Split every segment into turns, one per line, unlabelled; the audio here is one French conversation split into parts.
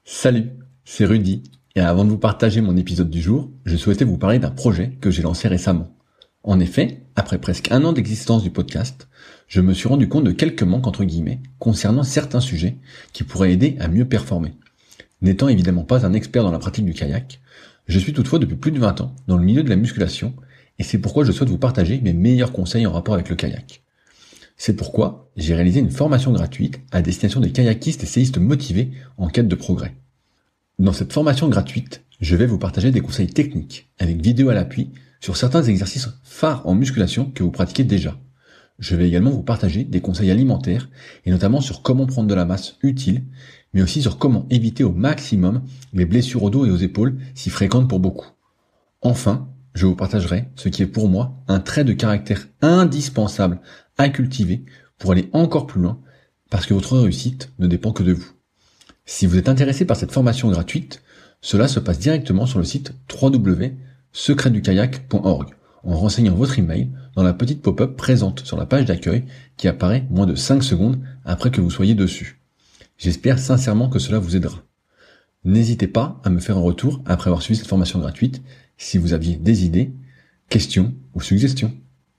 Salut, c'est Rudy, et avant de vous partager mon épisode du jour, je souhaitais vous parler d'un projet que j'ai lancé récemment. En effet, après presque 1 an d'existence du podcast, je me suis rendu compte de quelques manques entre guillemets concernant certains sujets qui pourraient aider à mieux performer. N'étant évidemment pas un expert dans la pratique du kayak, je suis toutefois depuis plus de 20 ans dans le milieu de la musculation, et c'est pourquoi je souhaite vous partager mes meilleurs conseils en rapport avec le kayak. C'est pourquoi j'ai réalisé une formation gratuite à destination des kayakistes et séistes motivés en quête de progrès. Dans cette formation gratuite, je vais vous partager des conseils techniques, avec vidéo à l'appui, sur certains exercices phares en musculation que vous pratiquez déjà. Je vais également vous partager des conseils alimentaires, et notamment sur comment prendre de la masse utile, mais aussi sur comment éviter au maximum les blessures au dos et aux épaules si fréquentes pour beaucoup. Enfin, je vous partagerai ce qui est pour moi un trait de caractère indispensable à cultiver pour aller encore plus loin, parce que votre réussite ne dépend que de vous. Si vous êtes intéressé par cette formation gratuite, cela se passe directement sur le site www.secretdukayak.org en renseignant votre email dans la petite pop-up présente sur la page d'accueil qui apparaît moins de 5 secondes après que vous soyez dessus. J'espère sincèrement que cela vous aidera. N'hésitez pas à me faire un retour après avoir suivi cette formation gratuite si vous aviez des idées, questions ou suggestions.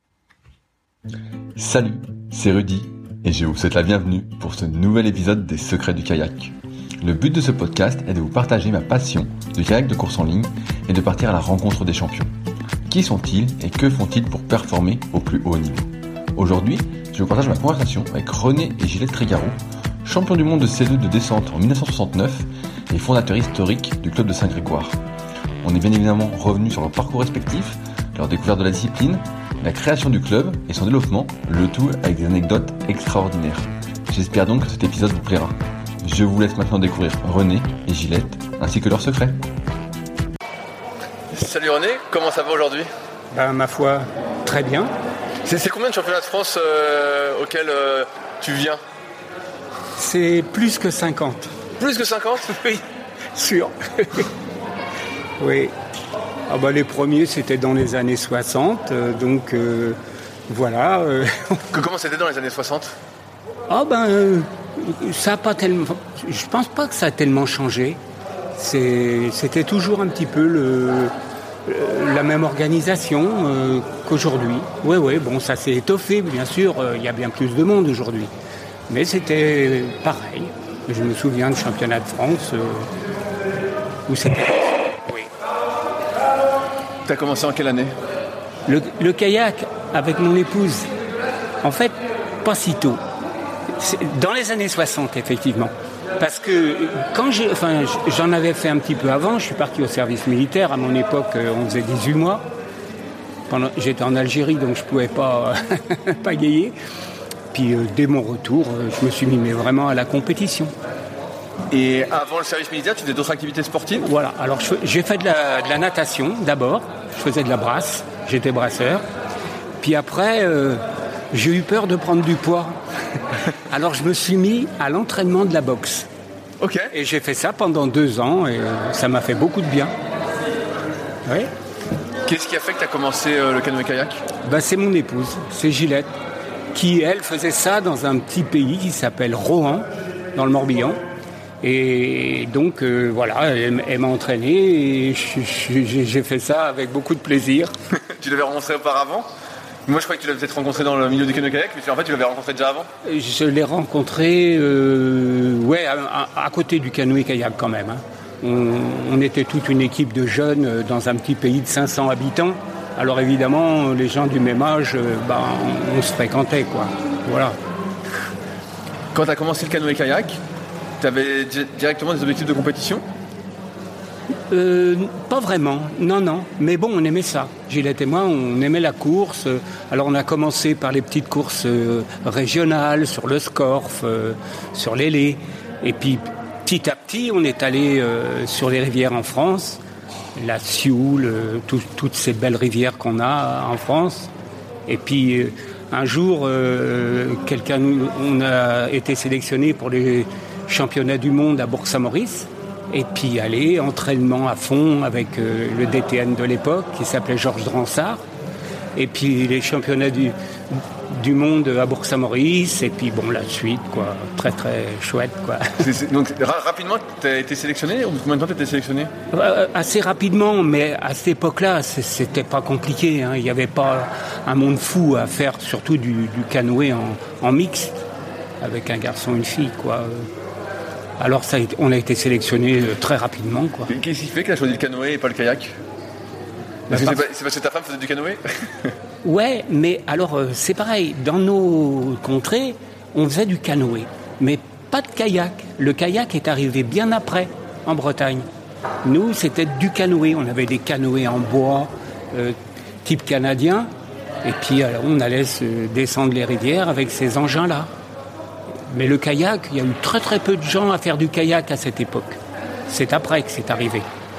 Salut, c'est Rudy et je vous souhaite la bienvenue pour ce nouvel épisode des Secrets du kayak. Le but de ce podcast est de vous partager ma passion de kayak de course en ligne et de partir à la rencontre des champions. Qui sont-ils et que font-ils pour performer au plus haut niveau ? Aujourd'hui, je vous partage ma conversation avec René et Gilette Trigaro, champions du monde de C2 de descente en 1969 et fondateurs historiques du club de Saint-Grégoire. On est bien évidemment revenu sur leur parcours respectif, leur découverte de la discipline, la création du club et son développement, le tout avec des anecdotes extraordinaires. J'espère donc que cet épisode vous plaira. Je vous laisse maintenant découvrir René et Gilette, ainsi que leurs secrets. Salut René, comment ça va aujourd'hui ?
Ma foi, très bien.
C'est combien de championnats de France auxquels tu viens ?
C'est plus que 50.
Plus que 50 ?
Oui, sûr. Oui. Les premiers, c'était dans les années 60, donc voilà.
Comment c'était dans les années 60 ?
Ça a pas tellement... Je pense pas que ça a tellement changé. C'était toujours un petit peu la même organisation qu'aujourd'hui. Oui, ça s'est étoffé, bien sûr, il y a bien plus de monde aujourd'hui. Mais c'était pareil. Je me souviens du championnat de France où c'était... Oui.
T'as commencé en quelle année ?
Le kayak avec mon épouse, en fait, pas si tôt. Dans les années 60, effectivement. Parce que j'en avais fait un petit peu avant. Je suis parti au service militaire. À mon époque, on faisait 18 mois. J'étais en Algérie, donc je ne pouvais pas pagayer. Puis dès mon retour, je me suis mis vraiment à la compétition.
Et avant le service militaire, tu faisais d'autres activités sportives ?
Voilà. Alors j'ai fait de la natation d'abord. Je faisais de la brasse. J'étais brasseur. Puis après, j'ai eu peur de prendre du poids. Alors je me suis mis à l'entraînement de la boxe.
Ok.
Et j'ai fait ça pendant 2 ans et ça m'a fait beaucoup de bien. Oui.
Qu'est-ce qui a fait que tu as commencé le canoë-kayak ?
C'est mon épouse, c'est Gilette, qui elle faisait ça dans un petit pays qui s'appelle Rohan, dans le Morbihan. Et donc voilà, elle m'a entraîné et j'ai fait ça avec beaucoup de plaisir.
Tu l'avais rencontré auparavant ? Moi, je croyais que tu l'avais peut-être rencontré dans le milieu du canoë-kayak, mais en fait, tu l'avais rencontré déjà avant ?
Je l'ai rencontré à côté du canoë-kayak quand même. On était toute une équipe de jeunes dans un petit pays de 500 habitants. Alors évidemment, les gens du même âge, on se fréquentait, quoi. Voilà.
Quand tu as commencé le canoë-kayak, tu avais directement des objectifs de compétition ?
Pas vraiment, non. Mais bon, on aimait ça. Gilette et moi, on aimait la course. Alors on a commencé par les petites courses régionales, sur le Scorff, sur l'Ailée. Et puis petit à petit, on est allé sur les rivières en France. La Sioule, toutes ces belles rivières qu'on a en France. Et puis un jour, on a été sélectionné pour les championnats du monde à Bourg-Saint-Maurice. Et puis aller, entraînement à fond avec le DTN de l'époque qui s'appelait Georges Dransart. Et puis les championnats du monde à Bourg-Saint-Maurice, et puis bon, la suite, quoi, très très chouette, quoi.
Donc rapidement, tu as été sélectionné, ou combien de temps tu as été sélectionné?
Assez rapidement, mais à cette époque-là, c'était pas compliqué, hein. Il n'y avait pas un monde fou à faire, surtout du canoë en mixte, avec un garçon et une fille, quoi. Alors on a été sélectionné très rapidement, quoi.
Qu'est-ce qui fait que tu as choisi le canoë et pas le kayak? C'est parce que ta femme faisait du canoë?
Ouais, mais alors c'est pareil, dans nos contrées, on faisait du canoë, mais pas de kayak. Le kayak est arrivé bien après, en Bretagne. Nous, c'était du canoë. On avait des canoës en bois, type canadien, et puis alors, on allait se descendre les rivières avec ces engins-là. Mais le kayak, il y a eu très très peu de gens à faire du kayak à cette époque. C'est après que c'est arrivé.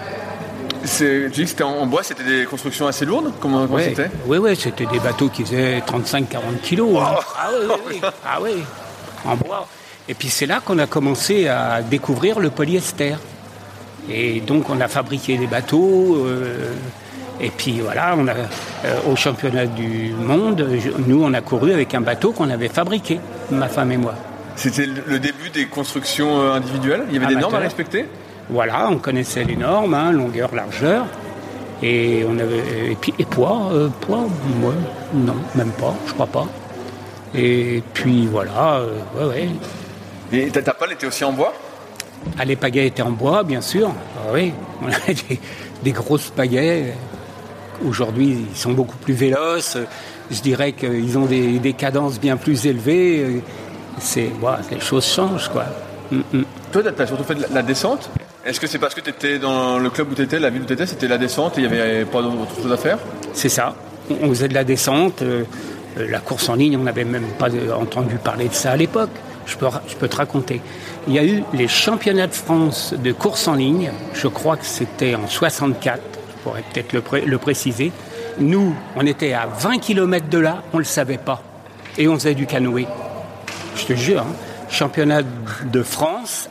Tu dis que c'était en bois, c'était des constructions assez lourdes? Comment c'était?
Oui, c'était des bateaux qui faisaient 35-40 kilos.
Wow.
Hein. Ah oui, en bois. Et puis c'est là qu'on a commencé à découvrir le polyester. Et donc on a fabriqué des bateaux. Et puis voilà, au championnat du monde, nous on a couru avec un bateau qu'on avait fabriqué, ma femme et moi.
C'était le début des constructions individuelles? Il y avait des normes à respecter?
Voilà, on connaissait les normes, hein, longueur, largeur, et on avait et poids, ouais, non, même pas, je crois pas. Et puis voilà, ouais.
Et ta pale était aussi en bois?
Ah, les pagaies étaient en bois, bien sûr. Ah, oui, on a des grosses pagaies. Aujourd'hui, ils sont beaucoup plus véloces. Je dirais qu'ils ont des cadences bien plus élevées. Les choses changent, quoi.
Toi, tu as surtout fait de la descente. Est-ce que c'est parce que tu étais dans le club où tu étais, la ville où tu étais, c'était la descente et il n'y avait pas d'autre chose à faire?
C'est ça. On faisait de la descente. La course en ligne, on n'avait même pas entendu parler de ça à l'époque. Je peux te raconter. Il y a eu les championnats de France de course en ligne. Je crois que c'était en 64. Je pourrais peut-être le préciser. Nous, on était à 20 km de là, on ne le savait pas. Et on faisait du canoë. Je te jure, hein. Championnat de France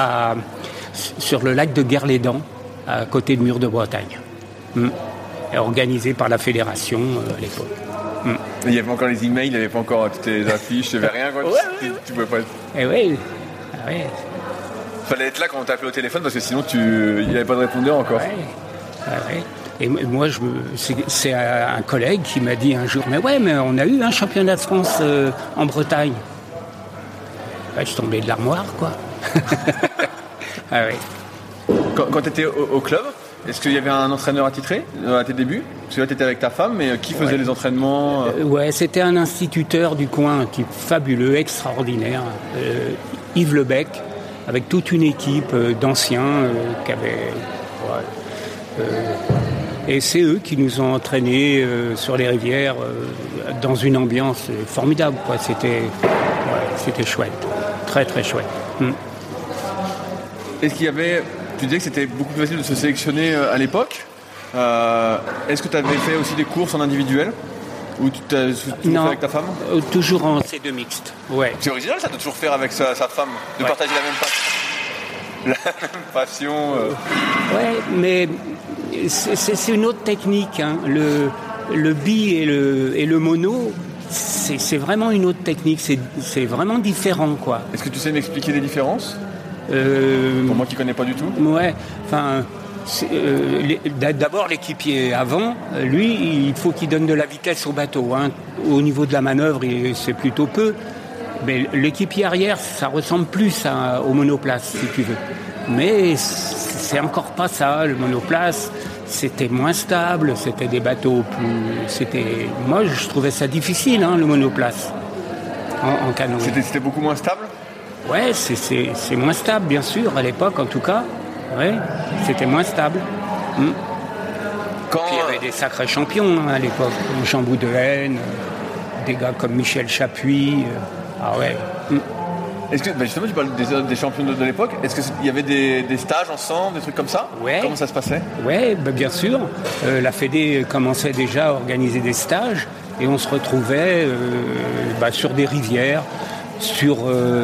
sur le lac de Guerlédan, à côté de Mur de Bretagne. Organisé par la fédération à l'époque.
Il n'y avait pas encore les emails, il n'y avait pas encore toutes les affiches, il n'y avait rien. Quoi. Tu pouvais pas...
oui.
Fallait être là quand on t'appelait au téléphone parce que sinon il n'y avait pas de répondeur encore.
Ouais. Et moi, c'est un collègue qui m'a dit un jour, mais on a eu un championnat de France en Bretagne. Je suis tombé de l'armoire, quoi. Ah oui.
Quand tu étais au club, est-ce qu'il y avait un entraîneur attitré à tes débuts? Parce que là, tu étais avec ta femme, mais qui faisait les entraînements?
C'était un instituteur du coin, un type fabuleux, extraordinaire, Yves Lebec, avec toute une équipe d'anciens qui avaient... et c'est eux qui nous ont entraînés sur les rivières dans une ambiance formidable, quoi. C'était chouette, très très chouette.
Est-ce qu'il y avait... Tu disais que c'était beaucoup plus facile de se sélectionner à l'époque. Est-ce que tu avais fait aussi des courses en individuel? Ou tu t'as fait avec ta femme?
Toujours en C2 mixte, ouais.
C'est original ça de toujours faire avec sa femme, de partager la même passion.
Ouais, mais c'est une autre technique, hein. Le bi et le mono, c'est vraiment une autre technique, c'est vraiment différent, quoi.
Est-ce que tu sais m'expliquer les différences? Pour moi qui ne connais pas du tout.
Ouais, enfin, d'abord l'équipier avant, lui, il faut qu'il donne de la vitesse au bateau, hein. Au niveau de la manœuvre, c'est plutôt peu. Mais l'équipier arrière, ça ressemble plus au monoplace, si tu veux. Mais c'est encore pas ça, le monoplace. C'était moins stable, c'était des bateaux plus... Moi, je trouvais ça difficile, hein, le monoplace, en canoë.
C'était beaucoup moins stable?
Ouais, c'est moins stable, bien sûr, à l'époque, en tout cas. Ouais, c'était moins stable. Puis, il y avait des sacrés champions, hein, à l'époque. Jean Boudelaine, des gars comme Michel Chapuis. Ah ouais.
Est-ce que, justement, tu parles des champions de l'époque. Est-ce qu'il y avait des stages ensemble, des trucs comme ça?
Ouais.
Comment ça se passait?
Ouais, bien sûr. La Fédé commençait déjà à organiser des stages et on se retrouvait sur des rivières, sur...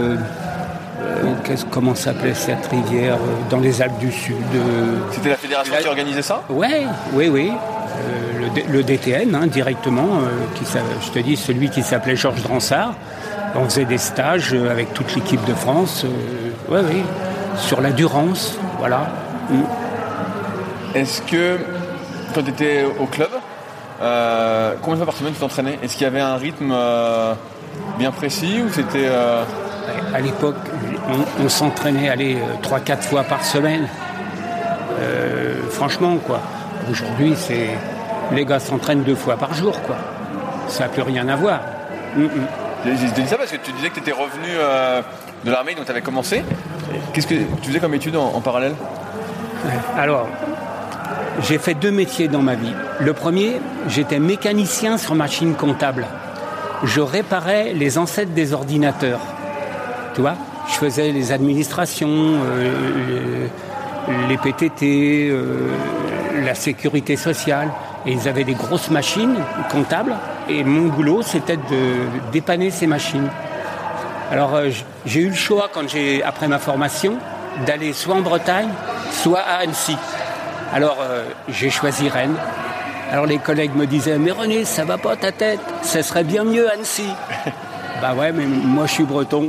comment s'appelait cette rivière dans les Alpes du Sud?
C'était la fédération qui organisait ça?
Oui. Le le DTN directement, je te dis celui qui s'appelait Georges Dransart. On faisait des stages avec toute l'équipe de France, oui, sur la Durance, voilà.
Est-ce que, quand tu étais au club, combien de fois par semaine tu t'entraînais ? Est-ce qu'il y avait un rythme bien précis ou c'était...
À l'époque, on s'entraînait 3-4 fois par semaine. Franchement, quoi. Aujourd'hui, les gars s'entraînent 2 fois par jour, quoi. Ça n'a plus rien à voir.
J'ai dit ça parce que tu disais que tu étais revenu de l'armée, donc tu avais commencé. Qu'est-ce que tu faisais comme études en parallèle ?
Alors, j'ai fait 2 métiers dans ma vie. Le premier, j'étais mécanicien sur machine comptable. Je réparais les ancêtres des ordinateurs. Tu vois, je faisais les administrations, les PTT, la sécurité sociale. Et ils avaient des grosses machines comptables. Et mon boulot, c'était de dépanner ces machines. Alors, j'ai eu le choix, après ma formation, d'aller soit en Bretagne, soit à Annecy. Alors, j'ai choisi Rennes. Alors, les collègues me disaient « Mais René, ça va pas ta tête, ça serait bien mieux Annecy. » Bah ouais, mais moi, je suis breton.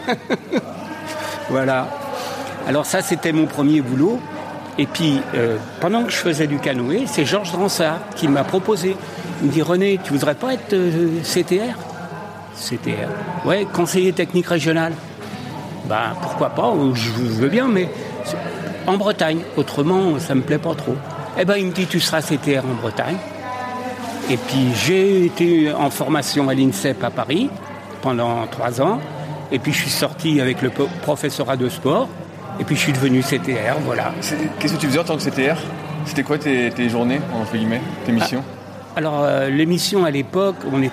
Voilà. Alors ça, c'était mon premier boulot. Et puis, pendant que je faisais du canoë, c'est Georges Dransart qui m'a proposé. Il me dit « René, tu voudrais pas être CTR ?» CTR. Ouais, conseiller technique régional. Ben, pourquoi pas, je veux bien, mais en Bretagne. Autrement, ça me plaît pas trop. Eh ben, il me dit, tu seras CTR en Bretagne. Et puis, j'ai été en formation à l'INSEP à Paris pendant 3 ans. Et puis, je suis sorti avec le professorat de sport. Et puis, je suis devenu CTR, voilà.
Qu'est-ce que tu faisais en tant que CTR ? C'était quoi tes journées, entre guillemets, tes missions ?
Alors, les missions à l'époque,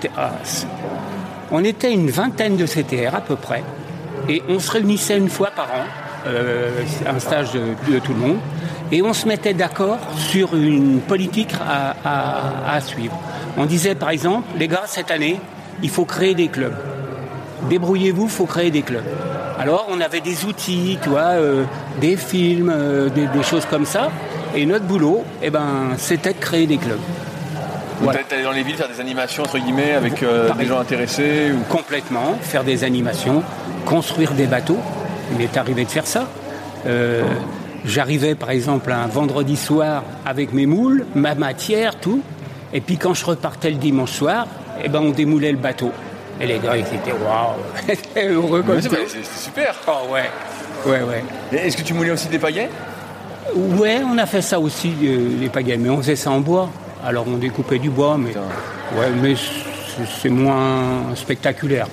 on était une vingtaine de CTR à peu près. Et on se réunissait une fois par an, un stage de tout le monde, et on se mettait d'accord sur une politique à suivre. On disait par exemple, les gars, cette année, il faut créer des clubs. Débrouillez-vous, il faut créer des clubs. Alors on avait des outils, tu vois, des films, des choses comme ça, et notre boulot, c'était de créer des clubs.
Voilà. Tu allais dans les villes faire des animations, entre guillemets, avec des gens intéressés ou...
Complètement, faire des animations, construire des bateaux. Il m'est arrivé de faire ça. J'arrivais, par exemple, un vendredi soir avec mes moules, ma matière, tout. Et puis, quand je repartais le dimanche soir, on démoulait le bateau. Et les gars, ils étaient waouh, ils étaient heureux comme ça.
C'est super.
Oh, ouais.
Et est-ce que tu moulais aussi des pagaies ?
Ouais, on a fait ça aussi, les pagaies. Mais on faisait ça en bois. Alors on découpait du bois, mais c'est moins spectaculaire.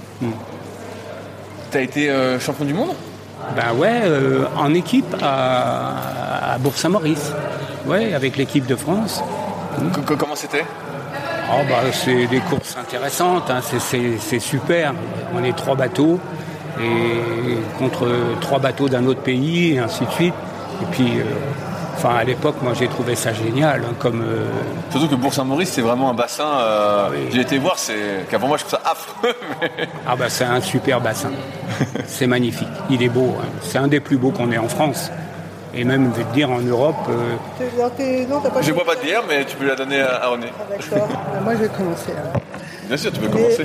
T'as été champion du monde ?
Ben ouais, en équipe à Bourg-Saint-Maurice. Ouais, avec l'équipe de France.
Comment c'était ?
C'est des courses intéressantes, hein. C'est super. On est 3 bateaux et contre 3 bateaux d'un autre pays et ainsi de suite. Et puis. À l'époque, moi, j'ai trouvé ça génial.
Surtout que Bourg-Saint-Maurice, c'est vraiment un bassin... Oui. J'ai été voir, qu'avant moi, je trouve ça affreux. Mais...
c'est un super bassin. C'est magnifique. Il est beau. Hein. C'est un des plus beaux qu'on ait en France. Et même, je vais te dire, en Europe...
Non, t'as pas je ne bois pas de bière, mais tu peux la donner à René.
D'accord. Moi, je vais commencer.
Bien sûr, tu peux commencer.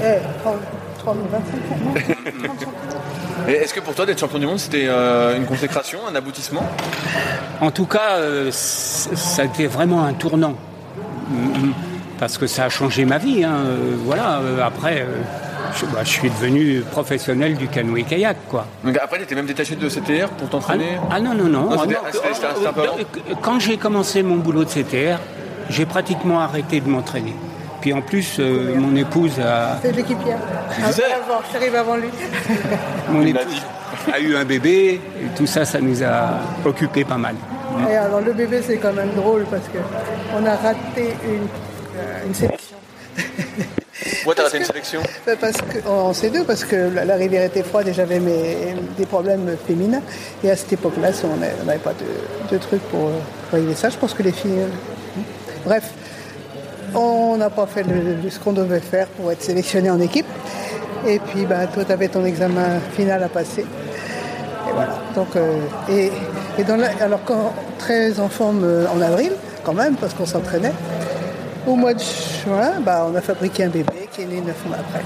25
Et est-ce que pour toi, d'être champion du monde, c'était une consécration, un aboutissement ?
En tout cas, ça a été vraiment un tournant. Parce que ça a changé ma vie. Hein. Après, je suis devenu professionnel du canoë-kayak, quoi.
Donc après, tu étais même détaché de CTR pour t'entraîner ?
Non.
C'était un peu avant ?
Quand j'ai commencé mon boulot de CTR, j'ai pratiquement arrêté de m'entraîner. Puis en plus, mon épouse a...
C'est l'équipière. Je suis arrivé avant lui.
Mon épouse a eu un bébé, et tout ça, ça nous a occupé pas mal.
Et alors le bébé, c'est quand même drôle parce qu'on a raté une sélection.
Pourquoi t'as raté une sélection ?
En C2, parce que la rivière était froide et j'avais des problèmes féminins. Et à cette époque-là, on n'avait pas de truc pour régler ça. Je pense que les filles... Bref. On n'a pas fait ce qu'on devait faire pour être sélectionné en équipe. Et puis, toi, tu avais ton examen final à passer. Et voilà. Donc, alors, quand 13 en forme en avril, quand même, parce qu'on s'entraînait, Au mois de juin, on a fabriqué un bébé qui est né 9 mois après.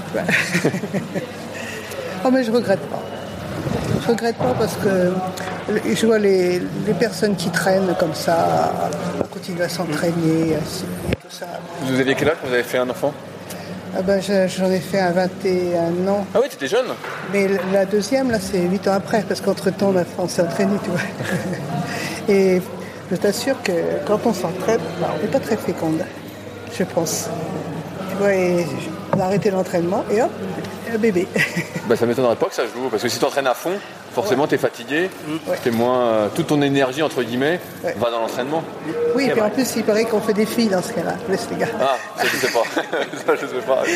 Oh, mais je regrette pas. Je regrette pas parce que je vois les personnes qui traînent comme ça, continuent à s'entraîner, et tout ça.
Vous aviez quel âge quand vous avez fait un enfant?
J'en ai fait un 21 ans.
Ah oui, t'étais jeune.
Mais la deuxième, là, c'est 8 ans après, parce qu'entre-temps, on s'est entraîné, tu vois. Et je t'assure que quand on s'entraîne, on n'est pas très féconde, je pense. Tu vois, et on a arrêté l'entraînement, et hop, un bébé.
Ça m'étonnerait pas que ça joue, parce que si tu entraînes à fond, forcément t'es fatigué, t'es moins... toute ton énergie, entre guillemets, va dans l'entraînement.
Oui, et puis en plus, il paraît qu'on fait des filles dans ce cas-là. Laisse les gars.
Ah, ça je sais pas. Ça je sais pas.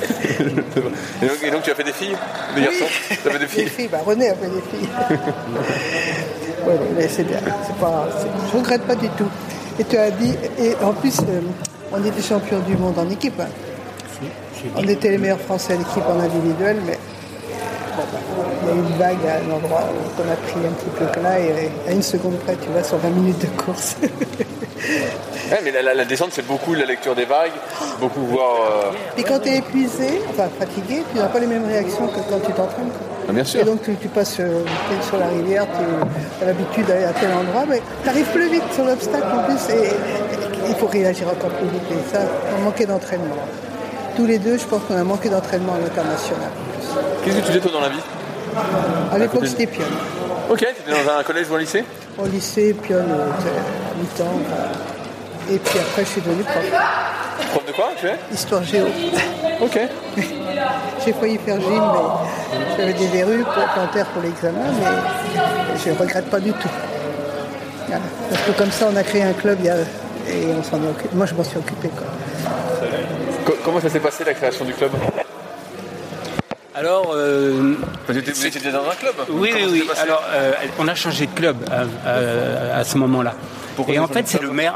Et donc tu as fait des filles? Des garçons? Tu as fait des filles?
Des filles, René a fait des filles. Oui, mais c'est bien. Je regrette pas du tout. Et tu as dit, et en plus, on était champions du monde en équipe. On était les meilleurs Français à l'équipe en individuel, mais il y a eu une vague à un endroit où on a pris un petit peu plat et à une seconde près, tu vois, sur 20 minutes de course.
Mais la descente, c'est beaucoup la lecture des vagues, beaucoup voir...
Et quand tu es épuisé, fatigué, tu n'as pas les mêmes réactions que quand tu t'entraînes.
Bien sûr.
Et donc tu passes sur la rivière, tu as l'habitude d'aller à tel endroit, mais tu arrives plus vite sur l'obstacle en plus et il faut réagir encore plus vite. Et ça, on manquait d'entraînement. Tous les deux, je pense qu'on a manqué d'entraînement à l'international.
Qu'est-ce que tu faisais toi dans la vie?
À l'époque, c'était pionne.
Ok, tu étais dans un collège ou un lycée?
Au lycée, pionne, 8 ans. Et puis après, je suis devenue prof.
Prof de quoi tu es?
Histoire géo.
Ok.
J'ai failli faire gym, mais j'avais des verrues plantaires pour l'examen, mais je ne regrette pas du tout. Voilà. Parce que comme ça, on a créé un club et on s'en est occupé. Moi, je m'en suis occupé.
Comment ça s'est passé la création du club?
Alors,
vous étiez dans un club?
Oui. Alors, on a changé de club à ce moment-là.
Pourquoi?
Et en fait, c'est le maire.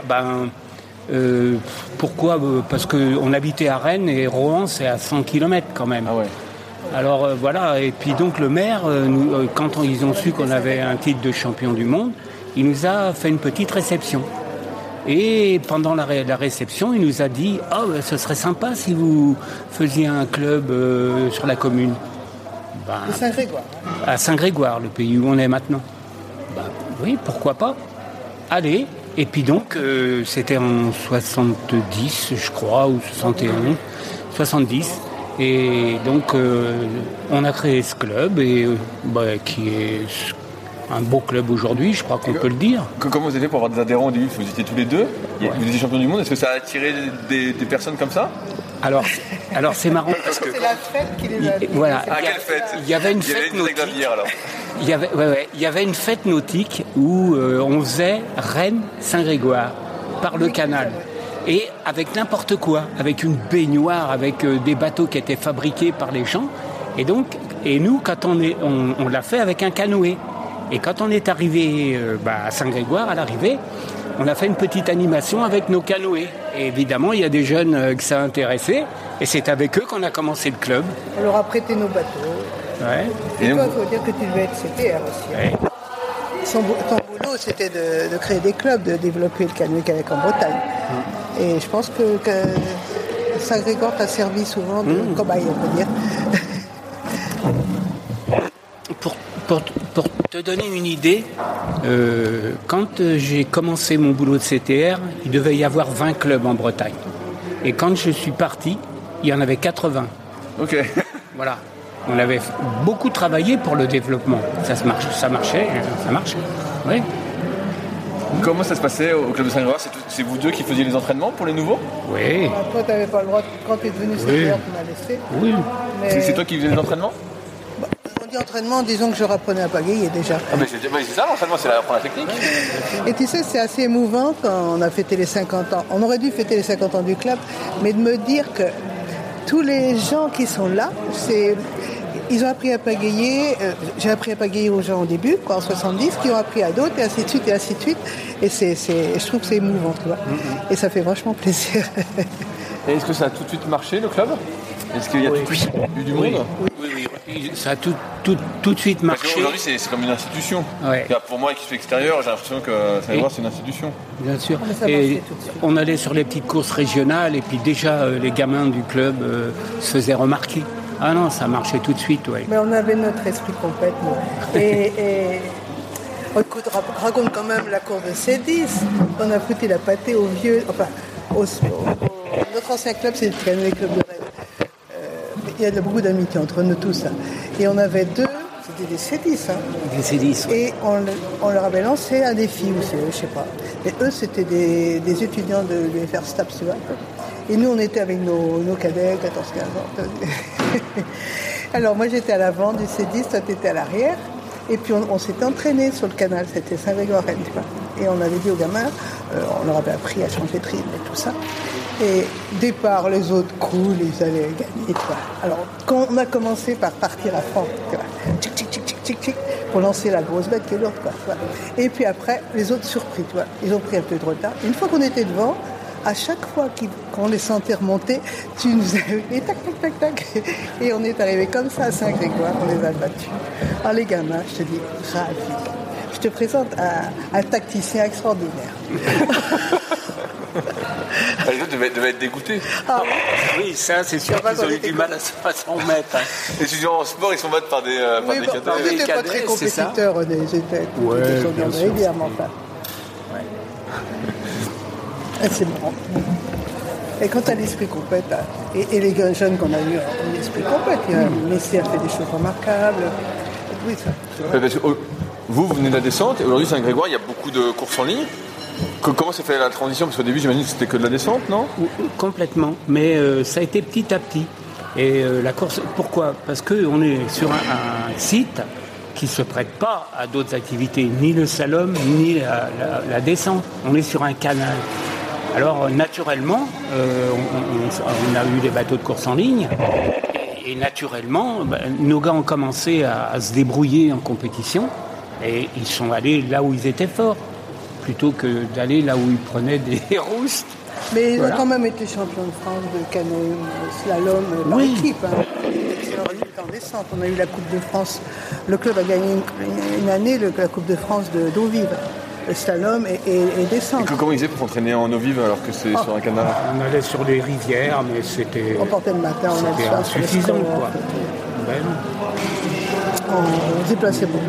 Pourquoi? Parce qu'on habitait à Rennes et Rohan, c'est à 100 km quand même.
Ah ouais.
Alors voilà. Et puis donc le maire, quand ils ont su qu'on avait un titre de champion du monde, il nous a fait une petite réception. Et pendant la réception, il nous a dit « ce serait sympa si vous faisiez un club sur la commune. »
À Saint-Grégoire.
À Saint-Grégoire, le pays où on est maintenant. Oui, pourquoi pas. Allez. Et puis donc, c'était en 70, je crois, ou 71, 70. Et donc, on a créé ce club, qui est un beau club aujourd'hui, je crois qu'on peut le dire.
Comment vous étiez pour avoir des adhérents au début? Vous étiez tous les deux, vous étiez champion du monde, est-ce que ça a attiré des personnes comme ça?
Alors c'est marrant parce que...
C'est la fête qui les a...
Voilà.
Ah, quelle fête?
Il y avait une fête nautique.
Alors.
Il y avait une fête nautique où on faisait Rennes-Saint-Grégoire par le canal. Et avec n'importe quoi, avec une baignoire, avec des bateaux qui étaient fabriqués par les gens. Et nous, quand on l'a fait avec un canoë. Et quand on est arrivé à Saint-Grégoire, à l'arrivée, on a fait une petite animation avec nos canoës. Et évidemment, il y a des jeunes que ça a intéressé. Et c'est avec eux qu'on a commencé le club.
On leur a prêté nos bateaux.
Ouais.
Et toi, il faut dire que tu devais être CPR aussi.
Ouais.
Ton boulot, c'était de créer des clubs, de développer le canoë-kayak en Bretagne. Et je pense que Saint-Grégoire t'a servi souvent de cobaye, on peut dire.
Pour te donner une idée, quand j'ai commencé mon boulot de CTR, il devait y avoir 20 clubs en Bretagne. Et quand je suis parti, il y en avait 80.
Ok.
Voilà. On avait beaucoup travaillé pour le développement. Ça marchait. Oui.
Comment ça se passait au club de Saint-Grégoire? C'est vous deux qui faisiez les entraînements pour les nouveaux?
Oui.
Toi, tu n'avais pas le droit, quand tu es devenu CPR, tu m'as laissé.
Oui.
Mais...
C'est toi qui faisais les entraînements?
On dit entraînement, disons que je rapprenais à pagayer déjà.
Ah mais c'est ça l'entraînement, c'est apprendre la technique.
Et tu sais, c'est assez émouvant quand on a fêté les 50 ans. On aurait dû fêter les 50 ans du club, mais de me dire que tous les gens qui sont là, ils ont appris à pagayer. J'ai appris à pagayer aux gens au début, en 70, qui ont appris à d'autres, et ainsi de suite, et ainsi de suite. Et je trouve que c'est émouvant, tu vois. Et ça fait vachement plaisir.
Et est-ce que ça a tout de suite marché, le club? Est-ce qu'il y a tout de suite eu du monde?
Oui. puis ça a tout de suite
Parce
marché.
qu'aujourd'hui, c'est comme une institution.
Ouais.
Pour moi qui suis extérieur, j'ai l'impression que c'est une institution.
Bien sûr.
Mais ça
Et
marchait tout de suite.
on allait sur les petites courses régionales et puis déjà les gamins du club se faisaient remarquer. Ah non, ça marchait tout de suite, ouais.
Mais on avait notre esprit complètement. Et écoute, raconte quand même la cour de C10. On a foutu la pâtée au vieux. Enfin, notre ancien club, c'est le Canoë Club de Rennes. Il y a beaucoup d'amitié entre nous tous. Hein. Et on avait deux, c'était des C10. Hein.
Des C10, ouais.
Et on leur avait lancé un défi, ou je sais pas. Et eux, c'était des étudiants de l'UFR STAPS, tu vois. Et nous, on était avec nos cadets, 14-15 ans. Alors, moi, j'étais à l'avant du C10, toi, t'étais à l'arrière. Et puis, on s'était entraînés sur le canal, c'était Saint-Grégoire-Rennes, tu vois. Et on avait dit aux gamins, on leur avait appris à changer de rythme et tout ça. Et départ, les autres cool, ils allaient gagner, tu vois. Alors, quand on a commencé par partir à fond, tu vois, tchic, tchic, tchic, tchic, tchic, tchic, pour lancer la grosse bête qui est l'autre, quoi, tu vois. Et puis après, les autres surpris, tu vois. Ils ont pris un peu de retard. Une fois qu'on était devant, à chaque fois qu'on les sentait remonter, tu nous avais et tac, tac, tac, tac. Et on est arrivé comme ça à Saint-Grégoire, on les a battus. Alors les gamins, je te dis, ravi. Je te présente un tacticien extraordinaire.
Les autres devaient être dégoûtés.
Ah,
Oui, ça, c'est sûr
Ça va
qu'ils ont
qu'on
eu
était
du mal à s'en remettre. Hein.
Les étudiants en sport, ils sont battus par des
oui,
cadets.
on
Les
n'était pas
cadets,
très
c'est ça.
compétiteurs, ils étaient
Ouais,
sur
bien
des
sûr.
régulièrement pas. Et c'est marrant. Et quand tu as l'esprit compète, et les jeunes qu'on a eu ont l'esprit compète, Messi a fait des choses remarquables. Oui, ça.
Parce que, vous venez de la descente, et aujourd'hui, Saint-Grégoire, il y a beaucoup de courses en ligne. Comment s'est fait la transition? Parce qu'au début, j'imagine que c'était que de la descente, non?
Complètement, mais ça a été petit à petit. Et la course, pourquoi? Parce qu'on est sur un site qui ne se prête pas à d'autres activités, ni le slalom, ni la descente. On est sur un canal. Alors naturellement, on a eu des bateaux de course en ligne, et naturellement, nos gars ont commencé à se débrouiller en compétition, et ils sont allés là où ils étaient forts, plutôt que d'aller là où ils prenaient des roustes.
Mais ils
Voilà.
ont quand même été champions de France de canoë, slalom par
Oui.
équipe. Hein. Excellent résultat en descente. On a eu la Coupe de France. Le club a gagné une année la Coupe de France d'eau vive. Le slalom et descente.
Comment ils faisaient pour s'entraîner en eau vive alors que c'est sur un canal?
On allait sur les rivières, mais c'était
On portait le matin, on a le
c'était
soir sur les
insuffisant,
scores.
quoi. Ben non.
On se déplaçait beaucoup.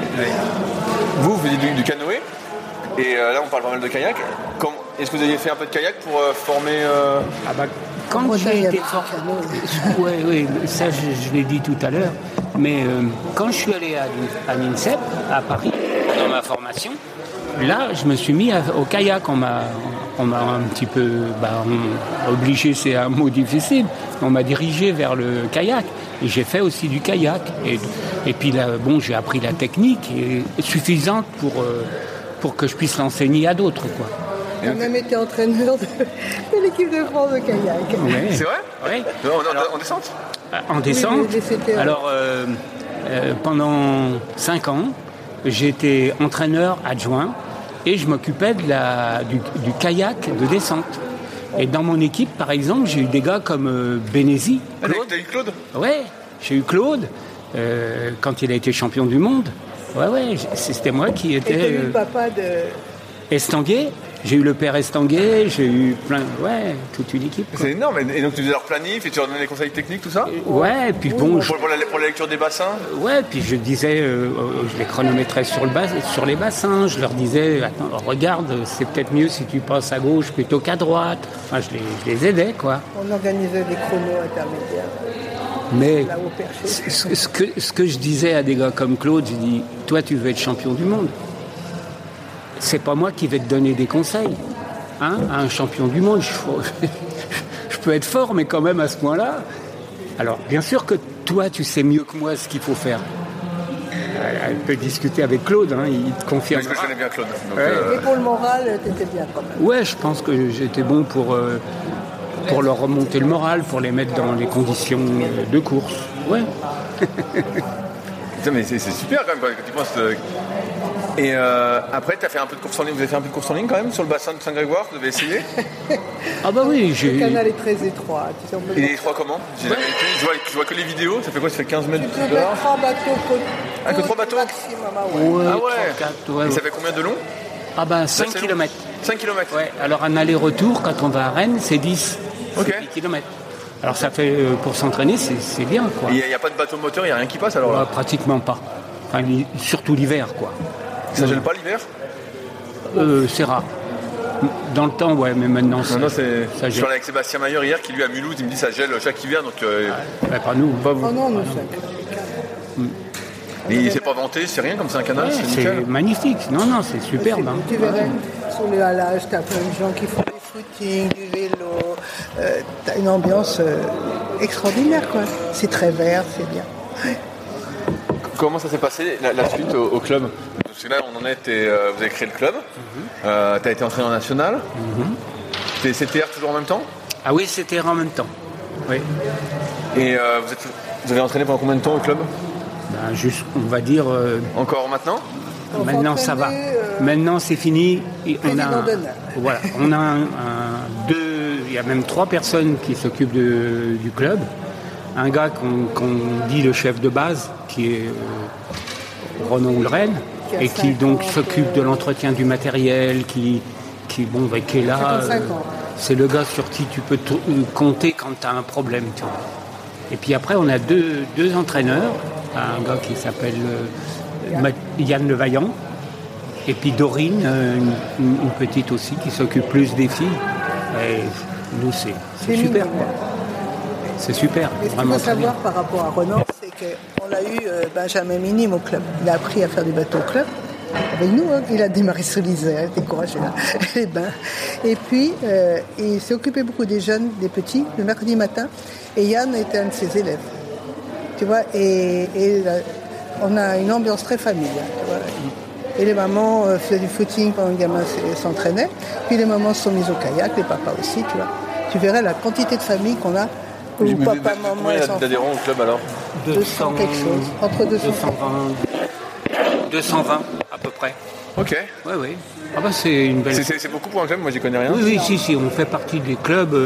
Vous faisiez du canoë, et là on parle pas mal de kayak. Est-ce que vous aviez fait un peu de kayak pour former
Ah bah, quand
En Bretagne, il y
j'ai
avait
été
du
fort,
canoë.
oui, ça je l'ai dit tout à l'heure, mais quand je suis allé à l'INSEP, à Paris, dans ma formation, là je me suis mis au kayak. On m'a un petit peu obligé, c'est un mot difficile, on m'a dirigé vers le kayak, et j'ai fait aussi du kayak, et puis là, j'ai appris la technique suffisante pour que je puisse l'enseigner à d'autres, quoi.
On a même été entraîneur de l'équipe de France de kayak.
Ouais.
C'est vrai?
Ouais.
En descente?
En descente.
Oui, mais c'était-
Alors, pendant 5 ans, j'étais entraîneur adjoint et je m'occupais du kayak de descente. Et dans mon équipe, par exemple, j'ai eu des gars comme Bénézy. Claude.
T'as eu Claude?
Ouais, j'ai eu Claude quand il a été champion du monde. Ouais, c'était moi qui
Et t'as
étais
eu le papa de...
Estanguet. J'ai eu le père Estanguet, j'ai eu toute une équipe, quoi.
C'est énorme. Et donc tu faisais leur planif et tu leur donnais les conseils techniques, tout ça?
Ouais, et puis bon,
Pour la lecture des bassins?
ouais, puis je disais, je les chronométrais sur les bassins, je leur disais, attends, regarde, c'est peut-être mieux si tu passes à gauche plutôt qu'à droite. Enfin, je les aidais, quoi.
On organisait des chronos intermédiaires
Mais
là au perché.
ce que je disais à des gars comme Claude, j'ai dit, toi, tu veux être champion du monde. C'est pas moi qui vais te donner des conseils. Hein, à un champion du monde, je peux être fort, mais quand même à ce point-là. Alors, bien sûr que toi, tu sais mieux que moi ce qu'il faut faire. Elle peut discuter avec Claude, hein, il te confirme.
Parce que je connais bien Claude. Donc,
Ouais.
Et pour le moral, t'étais bien quand même.
Ouais, je pense que j'étais bon pour leur remonter le moral, pour les mettre dans les conditions de course. Ouais.
Putain, mais c'est super quand même quand tu penses. Et après, tu as fait un peu de course en ligne. Vous avez fait un peu de course en ligne quand même sur le bassin de Saint-Grégoire? Vous avez essayé?
Ah bah oui,
Le canal est très étroit. Tu sais,
Il est étroit comment? J'ai jamais été. Je vois que les vidéos. Ça fait quoi? Ça fait 15 mètres
tu
de
peux mettre
dehors?
3 bateaux.
Ah, que 3 bateaux?
Maximum, ah ouais.
Ah ouais.
4, ouais.
Et ça fait combien de long?
Ah ben 5
c'est long.
km.
5 km.
Ouais, alors un aller-retour, quand on va à Rennes, c'est 10.
Ok.
C'est 10 km. Alors ça fait, pour s'entraîner, c'est bien, quoi.
Il n'y a pas de bateau moteur, il n'y a rien qui passe alors là?
Pratiquement pas. Enfin, surtout l'hiver, quoi.
Ça gèle pas l'hiver?
C'est rare. Dans le temps, ouais, mais maintenant,
Non,
ça
je
gèle.
parlais avec Sébastien Maillard hier qui lui à Mulhouse, il me dit ça gèle chaque hiver donc
Ouais, pas nous.
pas vous.
Oh non, nous sommes.
Mais il s'est pas vanté, c'est rien comme c'est un canal,
Ouais,
c'est
c'est
nickel.
magnifique. Non, c'est superbe. hein.
Tu verrais, sur le halage, tu as plein de gens qui font du footing, du vélo. Tu as une ambiance extraordinaire, quoi. C'est très vert, c'est bien.
Comment ça s'est passé la suite au club? Parce que là on en est, vous avez créé le club, tu as été entraîneur national, t'es CTR toujours en même temps?
Ah oui, c'était en même temps. Oui.
Et vous avez entraîné pendant combien de temps au club?
Ben, juste, on va dire,
Encore maintenant?
maintenant ça va. Maintenant c'est fini. Et
président d'honneur.
Voilà, on a il y a même 3 personnes qui s'occupent du club. Un gars qu'on dit le chef de base, qui est Renaud Houlren,
Qui a
et qui
50,
donc s'occupe de l'entretien du matériel, qui est là.
55 ans.
C'est le gars sur qui tu peux compter quand tu as un problème. Tu vois. Et puis après, on a deux entraîneurs. Un gars qui s'appelle Yann Levaillant. Et puis Dorine, une petite aussi, qui s'occupe plus des filles. Et nous, c'est super. Quoi. C'est super.
Mais ce qu'il
Vraiment
faut
très bien.
savoir par rapport à Renan, c'est qu'on l'a eu Benjamin Minime au club. Il a appris à faire du bateau au club. Avec nous, hein. Il a démarré sur l'Isère, il était courageux là, les bains. Et puis, il s'est occupé beaucoup des jeunes, des petits, le mercredi matin. Et Yann était un de ses élèves. Tu vois, et on a une ambiance très familiale. Tu vois. Et les mamans faisaient du footing pendant que le gamin s'entraînait. Puis les mamans se sont mises au kayak, les papas aussi, tu vois. Tu verrais la quantité de familles qu'on a. Où papa, maman
Combien
et
il y a
enfants.
d'adhérents au club alors?
200 quelque chose. Entre 200
220 à peu près.
Ok.
Oui. Ah bah c'est une belle.
C'est beaucoup pour un club, moi j'y connais rien.
Oui, si, on fait partie des clubs.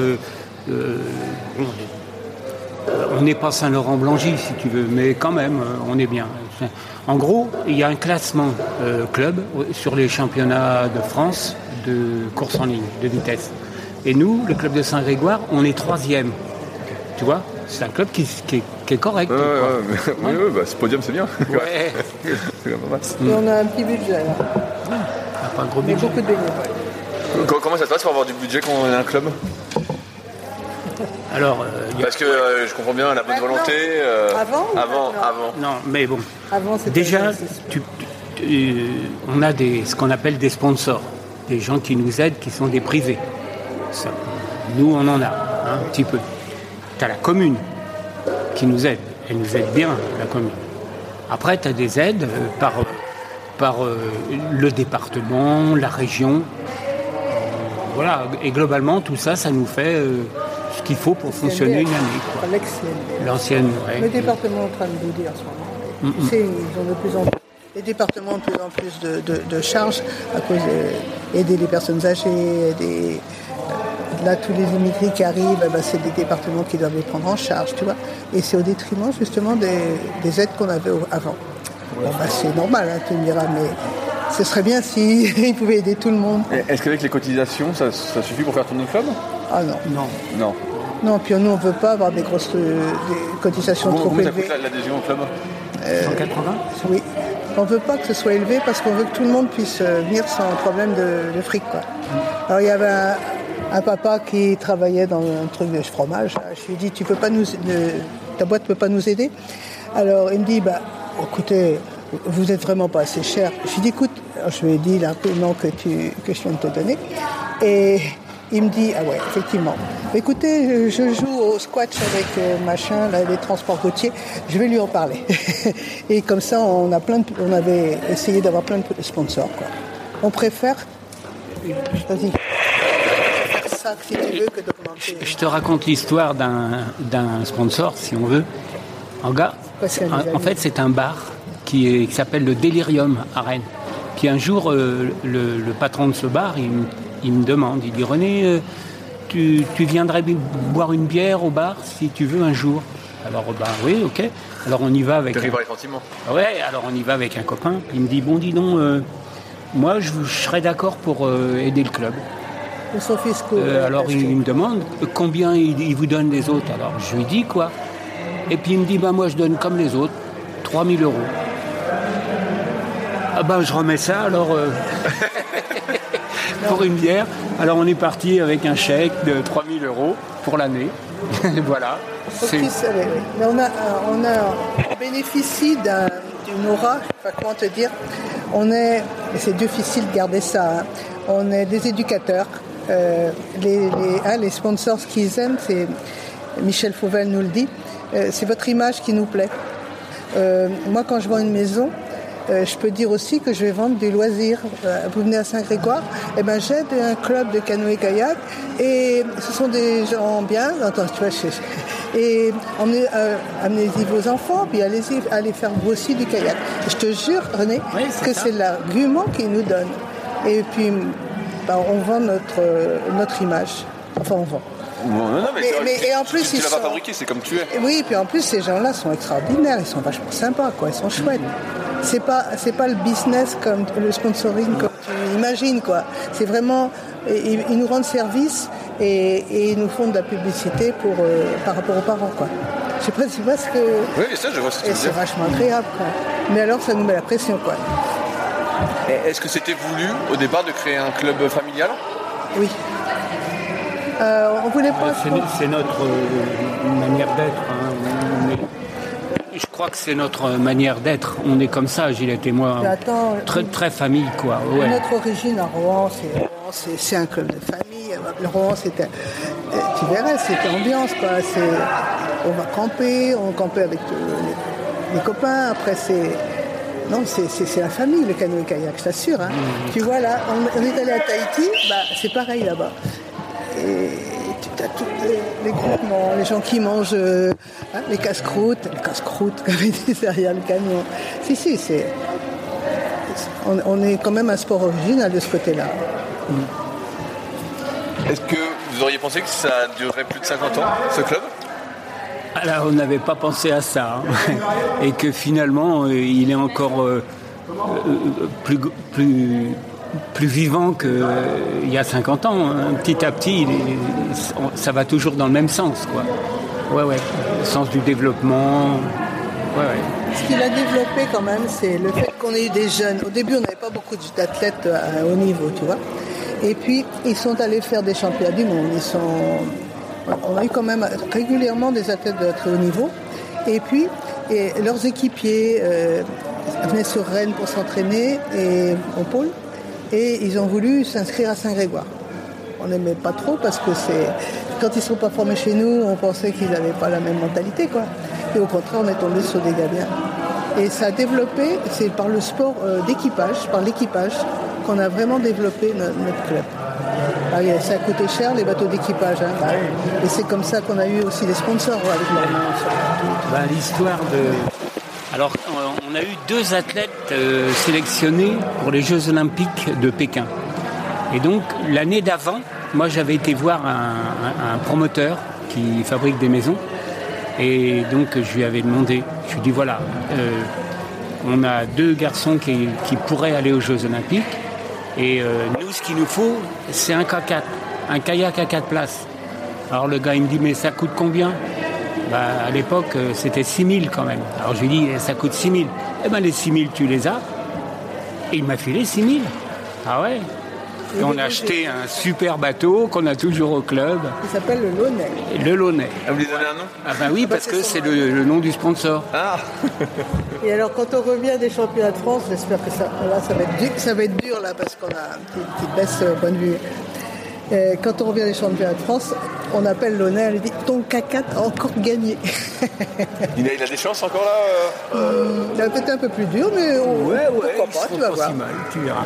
On n'est pas Saint-Laurent-Blangy, si tu veux, mais quand même, on est bien. En gros, il y a un classement club sur les championnats de France de course en ligne, de vitesse. Et nous, le club de Saint-Grégoire, on est 3e. Tu vois, c'est un club qui est correct.
Oui, bah, ce podium c'est bien.
Ouais.
C'est pas mal.
Et on a un petit budget là.
On n'a pas un gros
Mais
budget.
beaucoup de bénévoles.
Comment ça se passe pour avoir du budget quand on est un club?
Alors,
Parce que je comprends bien la bonne
Maintenant.
volonté.
Avant ou maintenant
Avant.
non, mais bon.
Avant, c'était
Déjà,
c'est
on a ce qu'on appelle des sponsors, des gens qui nous aident, qui sont des privés. Ça, nous, on en a un petit peu. Tu as la commune qui nous aide. Elle nous aide bien, la commune. Après, tu as des aides par le département, la région. Voilà. Et globalement, tout ça, ça nous fait ce qu'il faut pour fonctionner une année. Quoi. L'ancienne, ouais.
Le département est en train de nous dire en ce moment. Tu sais, ils ont de plus en plus. Les départements ont de plus en plus de charges à cause d'aider les personnes âgées, aider. Là, tous les immigrés qui arrivent, c'est des départements qui doivent les prendre en charge, tu vois. Et c'est au détriment, justement, des aides qu'on avait avant. Bon, c'est normal, hein, tu me diras, mais ce serait bien s'ils pouvaient aider tout le monde.
Est-ce qu'avec les cotisations, ça suffit pour faire tourner le club?
Ah non.
Non.
Non, puis nous, on ne veut pas avoir des grosses des cotisations trop
Combien ça
élevées.
coûte l'adhésion au club?
180
Oui. On ne veut pas que ce soit élevé parce qu'on veut que tout le monde puisse venir sans problème de fric, quoi. Alors, il y avait un papa qui travaillait dans un truc de fromage. Je lui ai dit, ta boîte ne peut pas nous aider? Alors, il me dit, écoutez, vous n'êtes vraiment pas assez cher. Je lui ai dit, écoute, je lui ai dit l'argument que je viens de te donner. Et il me dit, ah ouais, effectivement. Écoutez, je joue au squash avec les transports routiers, je vais lui en parler. Et comme ça, on avait essayé d'avoir plein de sponsors, quoi. On préfère, vas-y, faire ça si tu veux que d'augmenter.
Je te raconte l'histoire d'un sponsor, si on veut. En fait, c'est un bar qui s'appelle le Delirium à Rennes, Puis un jour, le patron de ce bar, il me demande, il dit René, tu viendrais boire une bière au bar si tu veux un jour. Alors oui, ok. Alors on y va avec.
Tu gentiment.
Ouais, alors on y va avec un copain. Il me dit bon, dis donc, moi je serais d'accord pour aider le club.
Ils sont fiscaux.
Alors il me demande combien il vous donne les autres. Alors je lui dis quoi. Et puis il me dit moi je donne comme les autres, 3 000 €. Ah je remets ça alors pour une bière. Alors on est parti avec un chèque de 3 000 € pour l'année. Voilà.
Mais on bénéficie d'une aura, enfin, comment te dire, et c'est difficile de garder ça, hein. On est des éducateurs. Les sponsors, ce qu'ils aiment, c'est, Michel Fauvel nous le dit, c'est votre image qui nous plaît. Moi, quand je vends une maison, je peux dire aussi que je vais vendre des loisirs. Vous venez à Saint-Grégoire, j'aide un club de canoë-kayak et ce sont des gens bien. Attends, tu vois, et amenez-y vos enfants, puis allez faire vous aussi du kayak. Je te jure, René, que c'est l'argument qu'ils nous donnent. Et puis, on vend notre image. Enfin, on vend.
Non,
mais en plus,
tu l'as pas fabriqué, c'est comme tu es.
Oui, puis en plus, ces gens-là sont extraordinaires, ils sont vachement sympas, quoi, ils sont chouettes. C'est pas le business comme le sponsoring comme tu imagines, quoi. C'est vraiment, ils nous rendent service et ils nous font de la publicité par rapport aux parents, quoi. Je sais pas si tu vois ce que.
Oui, ça, je vois ce que tu veux dire.
C'est vachement agréable, quoi. Mais alors, ça nous met la pression, quoi.
Est-ce que c'était voulu au départ de créer un club familial ?
Oui. On voulait pas.
C'est notre manière d'être. Hein. Je crois que c'est notre manière d'être. On est comme ça, Gilette et moi. Très, très famille, quoi. Ouais.
Notre origine à Rouen, c'est un club de famille. Le Rouen, c'était. Tu verrais, c'était ambiance, quoi. On va camper, on campait avec les copains. Après, c'est la famille, le canoë-kayak, je t'assure. Hein. Tu vois, là, on est allé à Tahiti, c'est pareil là-bas. Et tu as tous les groupements, les gens qui mangent les casse-croûtes comme ils disent derrière le camion. Si, on est quand même un sport original de ce côté-là.
Est-ce que vous auriez pensé que ça durerait plus de 50 ans, ce club ?
Alors, on n'avait pas pensé à ça. Hein. Et que finalement, il est encore plus vivant qu'il y a 50 ans. Hein. Petit à petit, ça va toujours dans le même sens, quoi. Ouais. Le sens du développement. Ouais.
Ce qu'il a développé quand même, c'est le fait qu'on ait eu des jeunes. Au début, on n'avait pas beaucoup d'athlètes à haut niveau, tu vois. Et puis, ils sont allés faire des championnats du monde. On a eu quand même régulièrement des athlètes de très haut niveau. Et puis, leurs équipiers venaient sur Rennes pour s'entraîner et au pôle. Et ils ont voulu s'inscrire à Saint-Grégoire. On n'aimait pas trop parce que quand ils ne sont pas formés chez nous, on pensait qu'ils n'avaient pas la même mentalité, quoi. Et au contraire, on est tombé sur des gars bien. Et ça a développé, c'est par le sport d'équipage, par l'équipage, qu'on a vraiment développé notre club. Ça a coûté cher, les bateaux d'équipage. Hein. Et c'est comme ça qu'on a eu aussi des sponsors avec Normand.
L'histoire de... Alors, on a eu 2 athlètes sélectionnés pour les Jeux Olympiques de Pékin. Et donc, l'année d'avant, moi, j'avais été voir un promoteur qui fabrique des maisons. Et donc, je lui avais demandé, je lui ai dit, voilà, on a 2 garçons qui pourraient aller aux Jeux Olympiques. Et nous, ce qu'il nous faut, c'est un K4, un kayak à 4 places. Alors, le gars, il me dit, mais ça coûte combien ? À l'époque, c'était 6 000 quand même. Alors je lui dis, ça coûte 6 000. Les 6 000, tu les as. Et il m'a filé 6 000. Ah ouais. Et on a acheté un super bateau qu'on a toujours au club.
Il s'appelle le Launay.
Le Launay.
Vous lui donnez un nom ?
Oui, parce que c'est le nom du sponsor.
Ah.
Et alors, quand on revient des championnats de France, j'espère que ça va être dur là, parce qu'on a une petite baisse au point de vue. Quand on revient des championnats de France, on appelle Launay, elle dit ton K4 a encore gagné.
Il a des chances encore là
Il a peut-être un peu plus dur, mais pourquoi pas, tu vas voir.
Si mal, tu verras.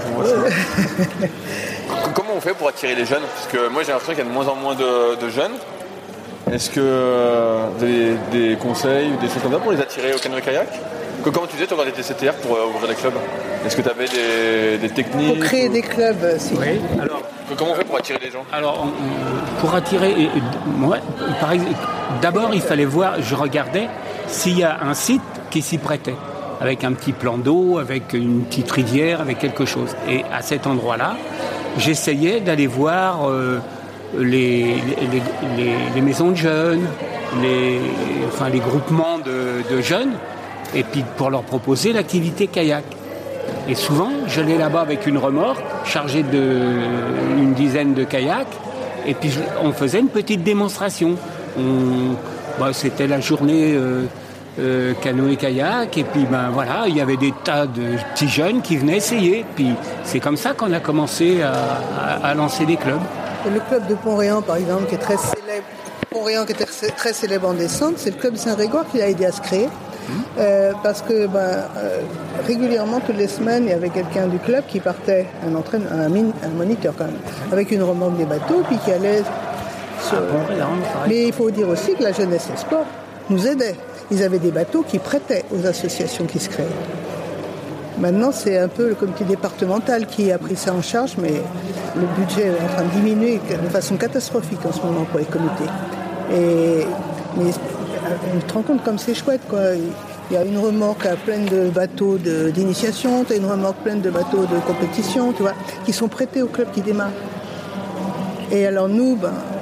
Comment on fait pour attirer les jeunes ? Parce que moi j'ai l'impression qu'il y a de moins en moins de jeunes. Est-ce que vous avez des conseils ou des choses comme ça pour les attirer au canoë-kayak ? Comment tu faisais toi, quand tu étais CTR pour ouvrir des clubs? Est-ce que tu avais des techniques?
Pour créer des clubs, si.
Oui, alors...
Comment on fait pour attirer les gens?
Alors, pour attirer... par exemple, d'abord, il fallait voir, je regardais s'il y a un site qui s'y prêtait, avec un petit plan d'eau, avec une petite rivière, avec quelque chose. Et à cet endroit-là, j'essayais d'aller voir les maisons de jeunes, les groupements de jeunes, et puis pour leur proposer l'activité kayak. Et souvent, j'allais là-bas avec une remorque chargée d'une dizaine de kayaks, et puis on faisait une petite démonstration. C'était la journée canoë-kayak, et puis voilà, il y avait des tas de petits jeunes qui venaient essayer. Puis c'est comme ça qu'on a commencé à lancer des clubs.
Et le club de Pont-Réan, par exemple, qui est très célèbre, Pont-Réan qui était très célèbre en descente, c'est le club Saint-Grégoire qui a aidé à se créer. Parce que régulièrement, toutes les semaines, il y avait quelqu'un du club qui partait, un moniteur quand même, avec une remorque des bateaux, puis qui allait... Mais il faut dire aussi que la jeunesse et le sport nous aidaient. Ils avaient des bateaux qui prêtaient aux associations qui se créaient. Maintenant, c'est un peu le comité départemental qui a pris ça en charge, mais le budget est en train de diminuer de façon catastrophique en ce moment pour les comités. Mais on te rend compte comme c'est chouette, quoi. Il y a une remorque pleine de bateaux d'initiation, tu as une remorque pleine de bateaux de compétition, tu vois, qui sont prêtés au club qui démarre. Et alors nous,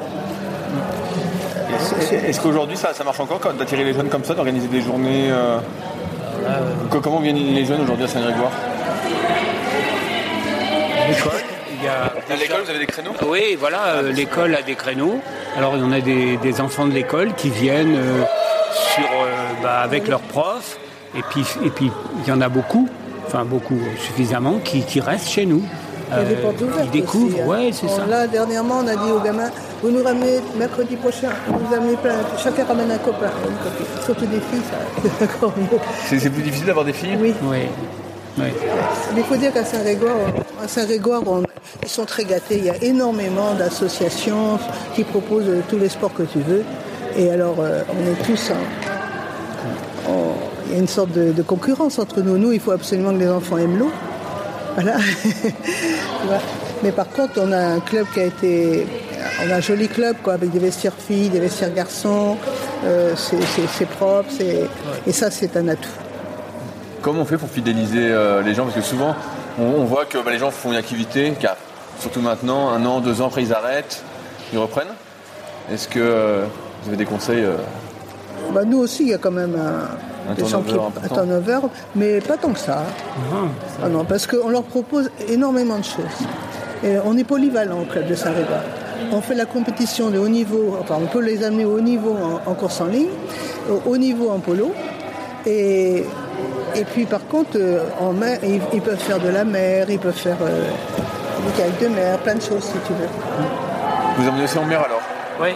est-ce qu'aujourd'hui ça marche encore d'attirer les jeunes comme ça, d'organiser des journées Comment viennent les jeunes aujourd'hui à Saint-Grégoire?
L'école.
À l'école, vous avez des créneaux?
Oui, voilà, l'école a des créneaux. Alors, on a des enfants de l'école qui viennent avec leurs profs. Et puis, il y en a beaucoup, suffisamment, qui restent chez nous. Ils découvrent, ouais, c'est ça.
Là, dernièrement, on a dit aux gamins, vous nous ramenez mercredi prochain, vous amenez chacun ramène un copain, une copine. Surtout des filles, ça, c'est encore mieux.
C'est plus difficile d'avoir des filles?
Oui.
Oui.
Mais il faut dire qu'à Saint-Grégoire, ils sont très gâtés. Il y a énormément d'associations qui proposent tous les sports que tu veux. Et alors, on est tous... il y a une sorte de concurrence entre nous. Nous, il faut absolument que les enfants aiment l'eau. Voilà. Mais par contre, on a un club on a un joli club, quoi, avec des vestiaires filles, des vestiaires garçons. C'est propre. Et ça, c'est un atout.
Comment on fait pour fidéliser les gens? Parce que souvent, on voit que les gens font une activité, surtout maintenant, 1 an, 2 ans, après ils arrêtent, ils reprennent. Est-ce que vous avez des conseils
Nous aussi, il y a quand même un turnover, mais pas tant que ça. Non, parce qu'on leur propose énormément de choses. Et on est polyvalent au club de Saint-Grégoire. On fait la compétition de haut niveau, on peut les amener au haut niveau en course en ligne, au haut niveau en polo. Et puis par contre, en mer, ils peuvent faire de la mer, ils peuvent faire des kayaks de mer, plein de choses si tu veux.
Vous emmenez aussi en mer alors?
Oui,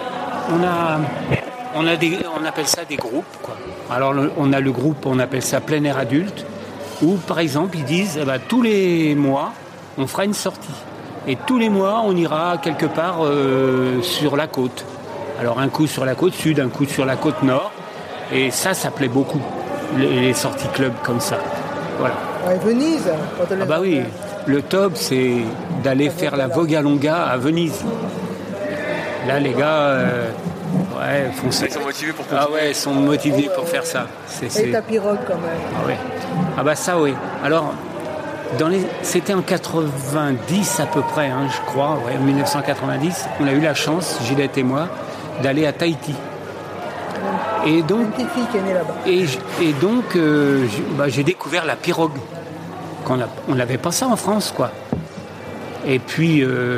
on appelle ça des groupes, quoi. Alors on a le groupe, on appelle ça plein air adulte, où par exemple ils disent tous les mois on fera une sortie. Et tous les mois on ira quelque part sur la côte. Alors un coup sur la côte sud, un coup sur la côte nord. Et ça plaît beaucoup. Les sorties club comme ça. Voilà.
Ouais, Venise.
Oui, le top c'est d'aller faire la Vogalonga à Venise. Là les gars, foncez.
Ils sont motivés pour continuer.
Ah ouais, ils sont motivés pour faire ça.
Et ta pirogue quand même.
Ah ouais. Ça oui. Alors c'était en 90 à peu près, je crois, en 1990. On a eu la chance, Gillette et moi, d'aller à Tahiti. Et donc,
une petite fille qui est née là-bas.
Et donc, j'ai découvert la pirogue. On n'avait pas ça en France, quoi. Et puis,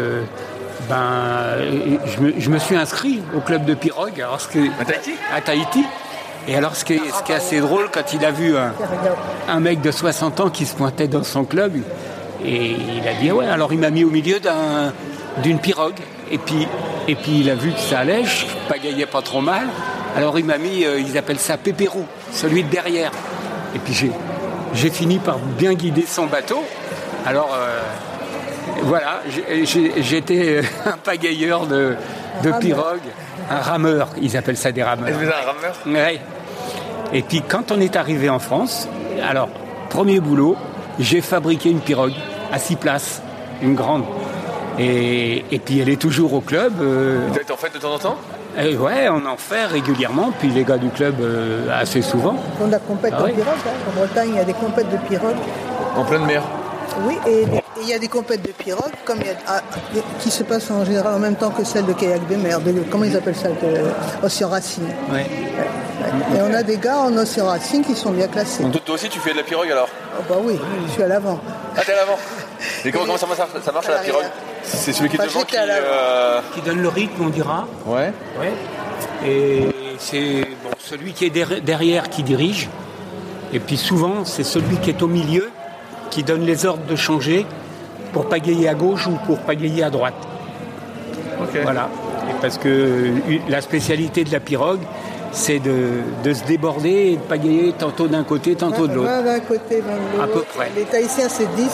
je me suis inscrit au club de pirogue. Alors, à Tahiti. Et alors, ce qui est assez drôle, quand il a vu un mec de 60 ans qui se pointait dans son club, et il a dit, ouais, alors il m'a mis au milieu d'une pirogue. Et puis il a vu que ça allait, je pagayais pas trop mal. Alors il m'a mis, ils appellent ça pépérou, celui de derrière. Et puis j'ai fini par bien guider son bateau. Alors voilà, j'étais un pagailleur de pirogue, un rameur, ils appellent ça des rameurs.
Vous êtes un rameur?
Ouais. Et puis quand on est arrivé en France, alors, premier boulot, j'ai fabriqué une pirogue à 6 places, une grande. Et puis elle est toujours au club.
Vous en faites de temps en temps ?
Ouais, on en fait régulièrement, puis les gars du club assez souvent.
On a compète de pirogue, hein. En Bretagne, il y a des compètes de pirogue.
En pleine mer ?
Oui, et il y a des compètes de pirogue comme qui se passent en général en même temps que celles de kayak de mer. Comment ils appellent ça, Océan Racing.
Ouais.
Et on a des gars en Océan Racing qui sont bien classés.
Donc toi aussi tu fais de la pirogue alors ?
Bah oui, je suis à l'avant.
Ah, t'es à l'avant. Et comment ça marche à la pirogue ? C'est celui qui est devant
qui donne le rythme, on dira.
Ouais.
Et c'est celui qui est derrière qui dirige. Et puis souvent, c'est celui qui est au milieu qui donne les ordres de changer pour pagayer à gauche ou pour pagayer à droite.
Okay.
Voilà. Et parce que la spécialité de la pirogue, c'est de se déborder et de pagayer tantôt d'un côté, tantôt de l'autre.
D'un côté, de l'autre.
À peu près.
Les Tahitiens, c'est 10.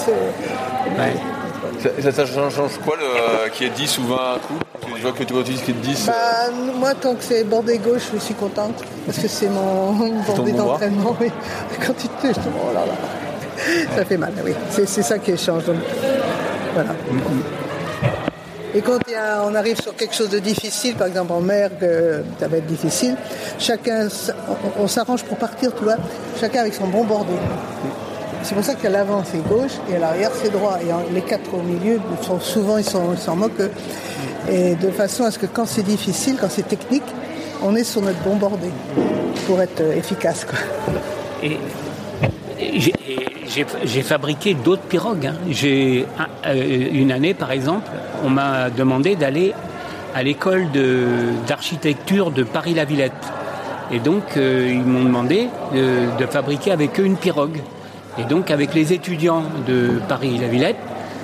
Ça change quoi qui est 10 ou 20 à coup ? Parce que je vois que tu utilises qui est 10.
Moi, tant que c'est bordé gauche, je suis contente. Parce que c'est mon bordé d'entraînement. Oui. Quand tu te... Oh là là. Ça fait mal, oui. C'est ça qui change. Donc, voilà. Et quand on arrive sur quelque chose de difficile, par exemple en mer, ça va être difficile, chacun, on s'arrange pour partir, tu vois, chacun avec son bon bordé. C'est pour ça qu'à l'avant c'est gauche et à l'arrière c'est droit. Et les 4 au milieu, souvent ils s'en moquent. Et de façon à ce que quand c'est difficile, quand c'est technique, on est sur notre bon bordé pour être efficace, quoi.
Et j'ai fabriqué d'autres pirogues. Une année, par exemple, on m'a demandé d'aller à l'école d'architecture de Paris-la-Villette. Et donc, ils m'ont demandé de fabriquer avec eux une pirogue. Et donc, avec les étudiants de Paris-la-Villette,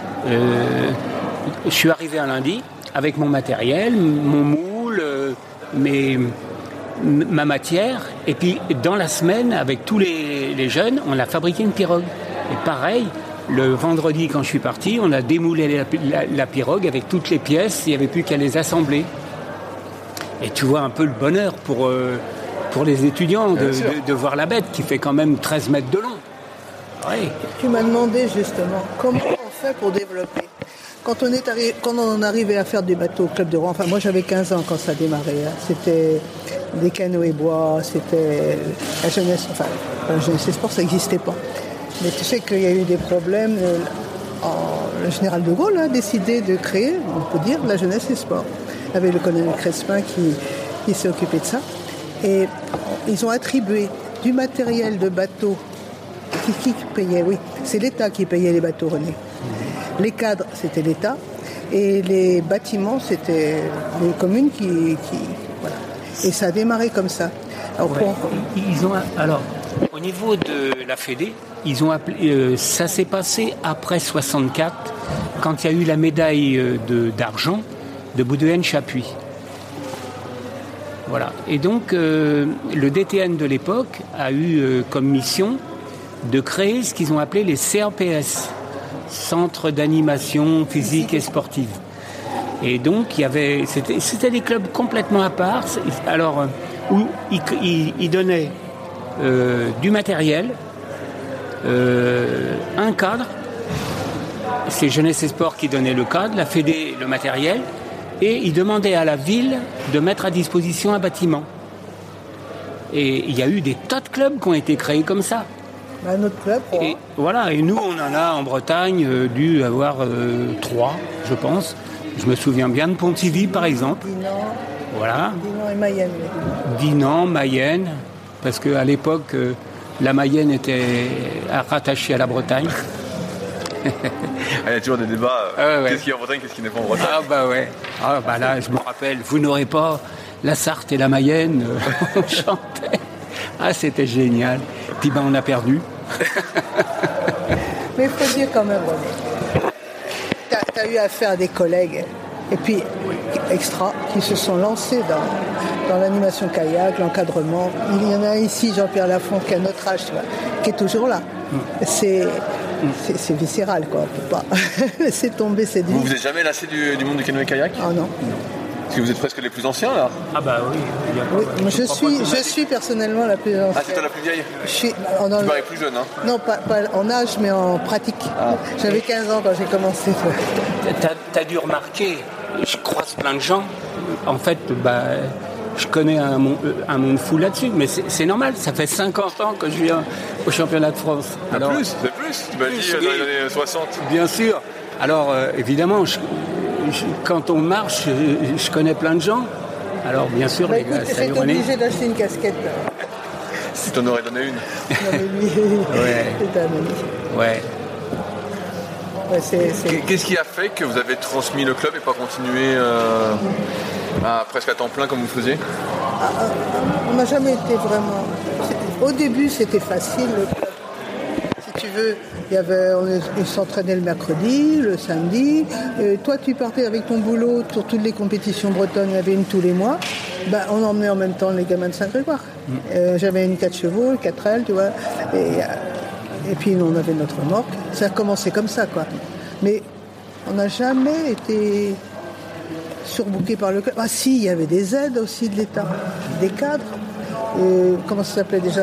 je suis arrivé un lundi avec mon matériel, mon moule, ma matière, et puis dans la semaine, avec tous les jeunes, on a fabriqué une pirogue. Et pareil, le vendredi, quand je suis parti, on a démoulé la pirogue avec toutes les pièces, il n'y avait plus qu'à les assembler. Et tu vois un peu le bonheur pour les étudiants de voir la bête, qui fait quand même 13 mètres de long. Ouais.
Tu m'as demandé justement, comment on fait pour développer ? Quand on arrivait à faire des bateaux au Club de Rouen, enfin moi j'avais 15 ans quand ça a démarré, hein. C'était des canoës bois, c'était la jeunesse, enfin la jeunesse et sport ça n'existait pas. Mais tu sais qu'il y a eu des problèmes, le général de Gaulle a décidé de créer, on peut dire, la jeunesse et sport, avec le colonel Crespin qui s'est occupé de ça. Et ils ont attribué du matériel de bateau, qui payait, oui, c'est l'État qui payait les bateaux, René. Les cadres, c'était l'État, et les bâtiments, c'était les communes qui voilà. Et ça a démarré comme ça.
Alors, au niveau de la Fédé, ils ont appelé, ça s'est passé après 64, quand il y a eu la médaille d'argent de Boudouin-Chapuis. Voilà. Et donc, le DTN de l'époque a eu comme mission de créer ce qu'ils ont appelé les CRPS. Centre d'animation physique et sportive. Et donc, c'était des clubs complètement à part. Alors, où ils donnaient du matériel, un cadre. C'est Jeunesse et Sport qui donnait le cadre, la Fédé le matériel, et ils demandaient à la ville de mettre à disposition un bâtiment. Et il y a eu des tas de clubs qui ont été créés comme ça.
Notre club,
et voilà, et nous on en a en Bretagne dû avoir 3, je pense. Je me souviens bien de Pontivy par exemple.
Dinan.
Voilà.
Dinan et Mayenne.
Dinan, Mayenne, parce qu'à l'époque la Mayenne était rattachée à la Bretagne.
Il y a toujours des débats.
Ouais.
Qu'est-ce qui est en Bretagne, qu'est-ce qui n'est pas en Bretagne ?
Ah bah ouais. Ah bah là, je me rappelle, vous n'aurez pas la Sarthe et la Mayenne. On chantait. Ah, c'était génial. Puis ben on a perdu.
Mais il faut dire quand même, René, tu as eu affaire à des collègues, et puis extra, qui se sont lancés dans l'animation kayak, l'encadrement. Il y en a ici, Jean-Pierre Lafont, qui a notre âge, tu vois, qui est toujours là. C'est viscéral, quoi. On ne peut pas laisser tomber cette vie.
Vous n'êtes jamais lassé du monde du canoë-kayak ?
Ah non.
Parce que vous êtes presque les plus anciens là.
Ah bah oui.
Oui, moi, je suis personnellement la plus ancienne.
Ah, c'est toi la plus vieille.
Tu
parais plus jeune, hein.
Non, pas en âge, mais en pratique. J'avais 15 ans quand j'ai commencé.
T'as dû remarquer, je croise plein de gens. En fait, je connais un monde fou là-dessus, mais c'est normal. Ça fait 50 ans que je viens au championnat de France.
Alors, c'est plus. Tu m'as dit dans les années 60.
Bien sûr. Alors, évidemment, quand on marche, je connais plein de gens. Alors, bien sûr, les gars,
j'étais obligé d'acheter une casquette.
Si t'en aurais donné une.
Non, mais lui, c'était un ami.
Ouais.
Qu'est-ce qui a fait que vous avez transmis le club et pas continué presque à temps plein comme vous faisiez?
On n'a jamais été vraiment... Au début, c'était facile, le club. Si tu veux, on s'entraînait le mercredi, le samedi. Toi, tu partais avec ton boulot sur toutes les compétitions bretonnes, il y avait une tous les mois. On emmenait en même temps les gamins de Saint-Grégoire. J'avais une 4 chevaux, 4 ailes, tu vois. Et puis, on avait notre remorque. Ça a commencé comme ça, quoi. Mais on n'a jamais été surbooké par le club. Ah si, il y avait des aides aussi de l'État, des cadres. Comment ça s'appelait déjà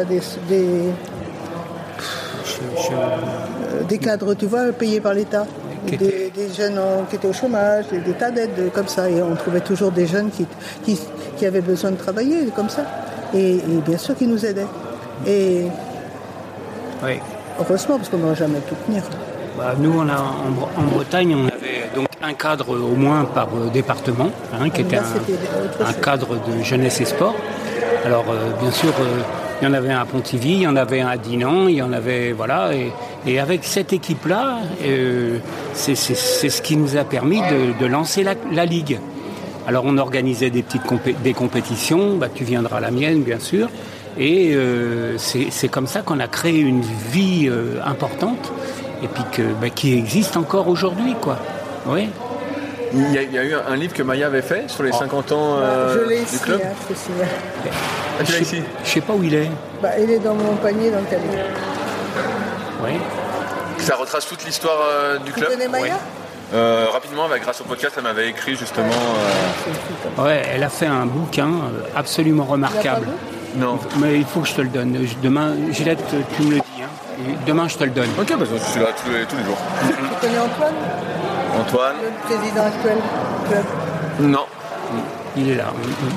des cadres, tu vois, payés par l'État. Des jeunes qui étaient au chômage, des tas d'aides comme ça. Et on trouvait toujours des jeunes qui avaient besoin de travailler comme ça. Et bien sûr qu'ils nous aidaient. Et
oui.
Heureusement, parce qu'on n'aurait jamais pu tenir.
Nous, en Bretagne, on avait donc un cadre au moins par département, qui était un cadre de jeunesse et sport. Alors, bien sûr, il y en avait un à Pontivy, il y en avait un à Dinan, il y en avait, voilà. Et avec cette équipe-là, c'est ce qui nous a permis de lancer la Ligue. Alors, on organisait des compétitions, tu viendras à la mienne, bien sûr. Et c'est comme ça qu'on a créé une vie importante et puis qui existe encore aujourd'hui, quoi. Oui.
Il y a eu un livre que Maya avait fait sur les 50 ans du club.
Je l'ai ici,
tu l'as ici.
Je sais pas où il est.
Il est dans mon panier dans le camion.
Oui.
Ça retrace toute l'histoire du club.
Tu connais Maya?
Rapidement, grâce au podcast, elle m'avait écrit justement.
Ouais, elle a fait un bouquin absolument remarquable.
Non.
Mais il faut que je te le donne. Demain, Gillette, tu me le dis. Demain, je te le donne.
Ok, parce que je suis là tous les jours.
Tu connais Antoine? Le président actuel du club?
Non.
Il est là.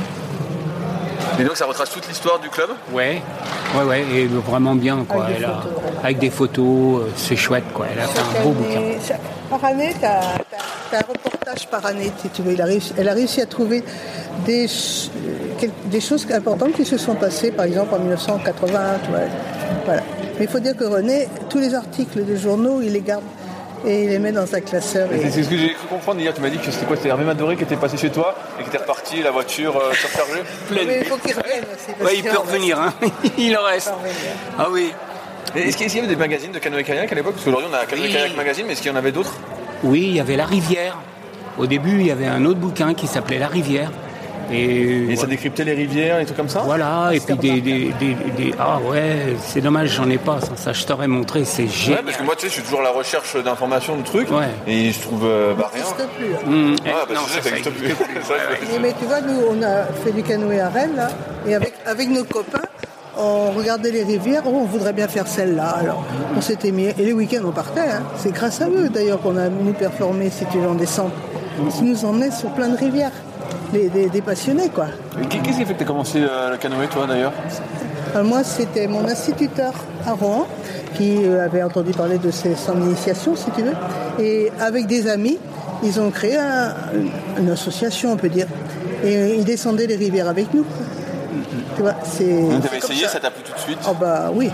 Et donc, ça retrace toute l'histoire du club?
Ouais, et vraiment bien, quoi. Avec des photos, c'est chouette, quoi. Elle a fait un beau bouquin.
Par année, tu as un reportage par année, si tu veux. Elle a réussi à trouver des choses importantes qui se sont passées, par exemple en 1980. Voilà. Mais il faut dire que René, tous les articles des journaux, il les garde et il les met dans un classeur.
C'est ce que j'ai cru comprendre hier. Tu m'as dit que c'était Hervé Madoré qui était passé chez toi et qui était reparti, la voiture surchargée.
Mais il faut qu'il revienne aussi.
Il peut revenir, hein. Il en reste. Ah oui.
Est-ce qu'il y avait des magazines de canoë-kayak à l'époque? Parce qu'aujourd'hui, on a canoë-kayak magazine, mais est-ce qu'il y en avait d'autres?
Oui, il y avait La Rivière. Au début, il y avait un autre bouquin qui s'appelait La Rivière. Et
ça décryptait les rivières et tout comme ça?
Voilà, et puis des... Ah ouais, c'est dommage, j'en ai pas. Ça, je t'aurais montré, c'est génial.
Ouais, parce que moi, tu sais, je suis toujours à la recherche d'informations, de trucs, et je trouve rien.
Ça n'existe plus.
Non, ça n'existe plus.
Mais tu vois, nous, on a fait du canoë à Rennes, là, et avec nos copains, on regardait les rivières, on voudrait bien faire celle-là. Alors, on s'était mis... Et les week-ends, on partait. C'est grâce à eux, d'ailleurs, qu'on a nous performé, si tu veux, en descente. Ils nous emmenaient sur plein de rivières. Des passionnés, quoi.
Qu'est-ce qui fait que tu as commencé le canoë, toi, d'ailleurs?
Moi, c'était mon instituteur à Rouen qui avait entendu parler de son initiation, si tu veux. Et avec des amis, ils ont créé une association, on peut dire. Et ils descendaient les rivières avec nous. Tu vois,
donc, tu avais essayé, ça t'a plu tout de suite?
Oh, bah oui.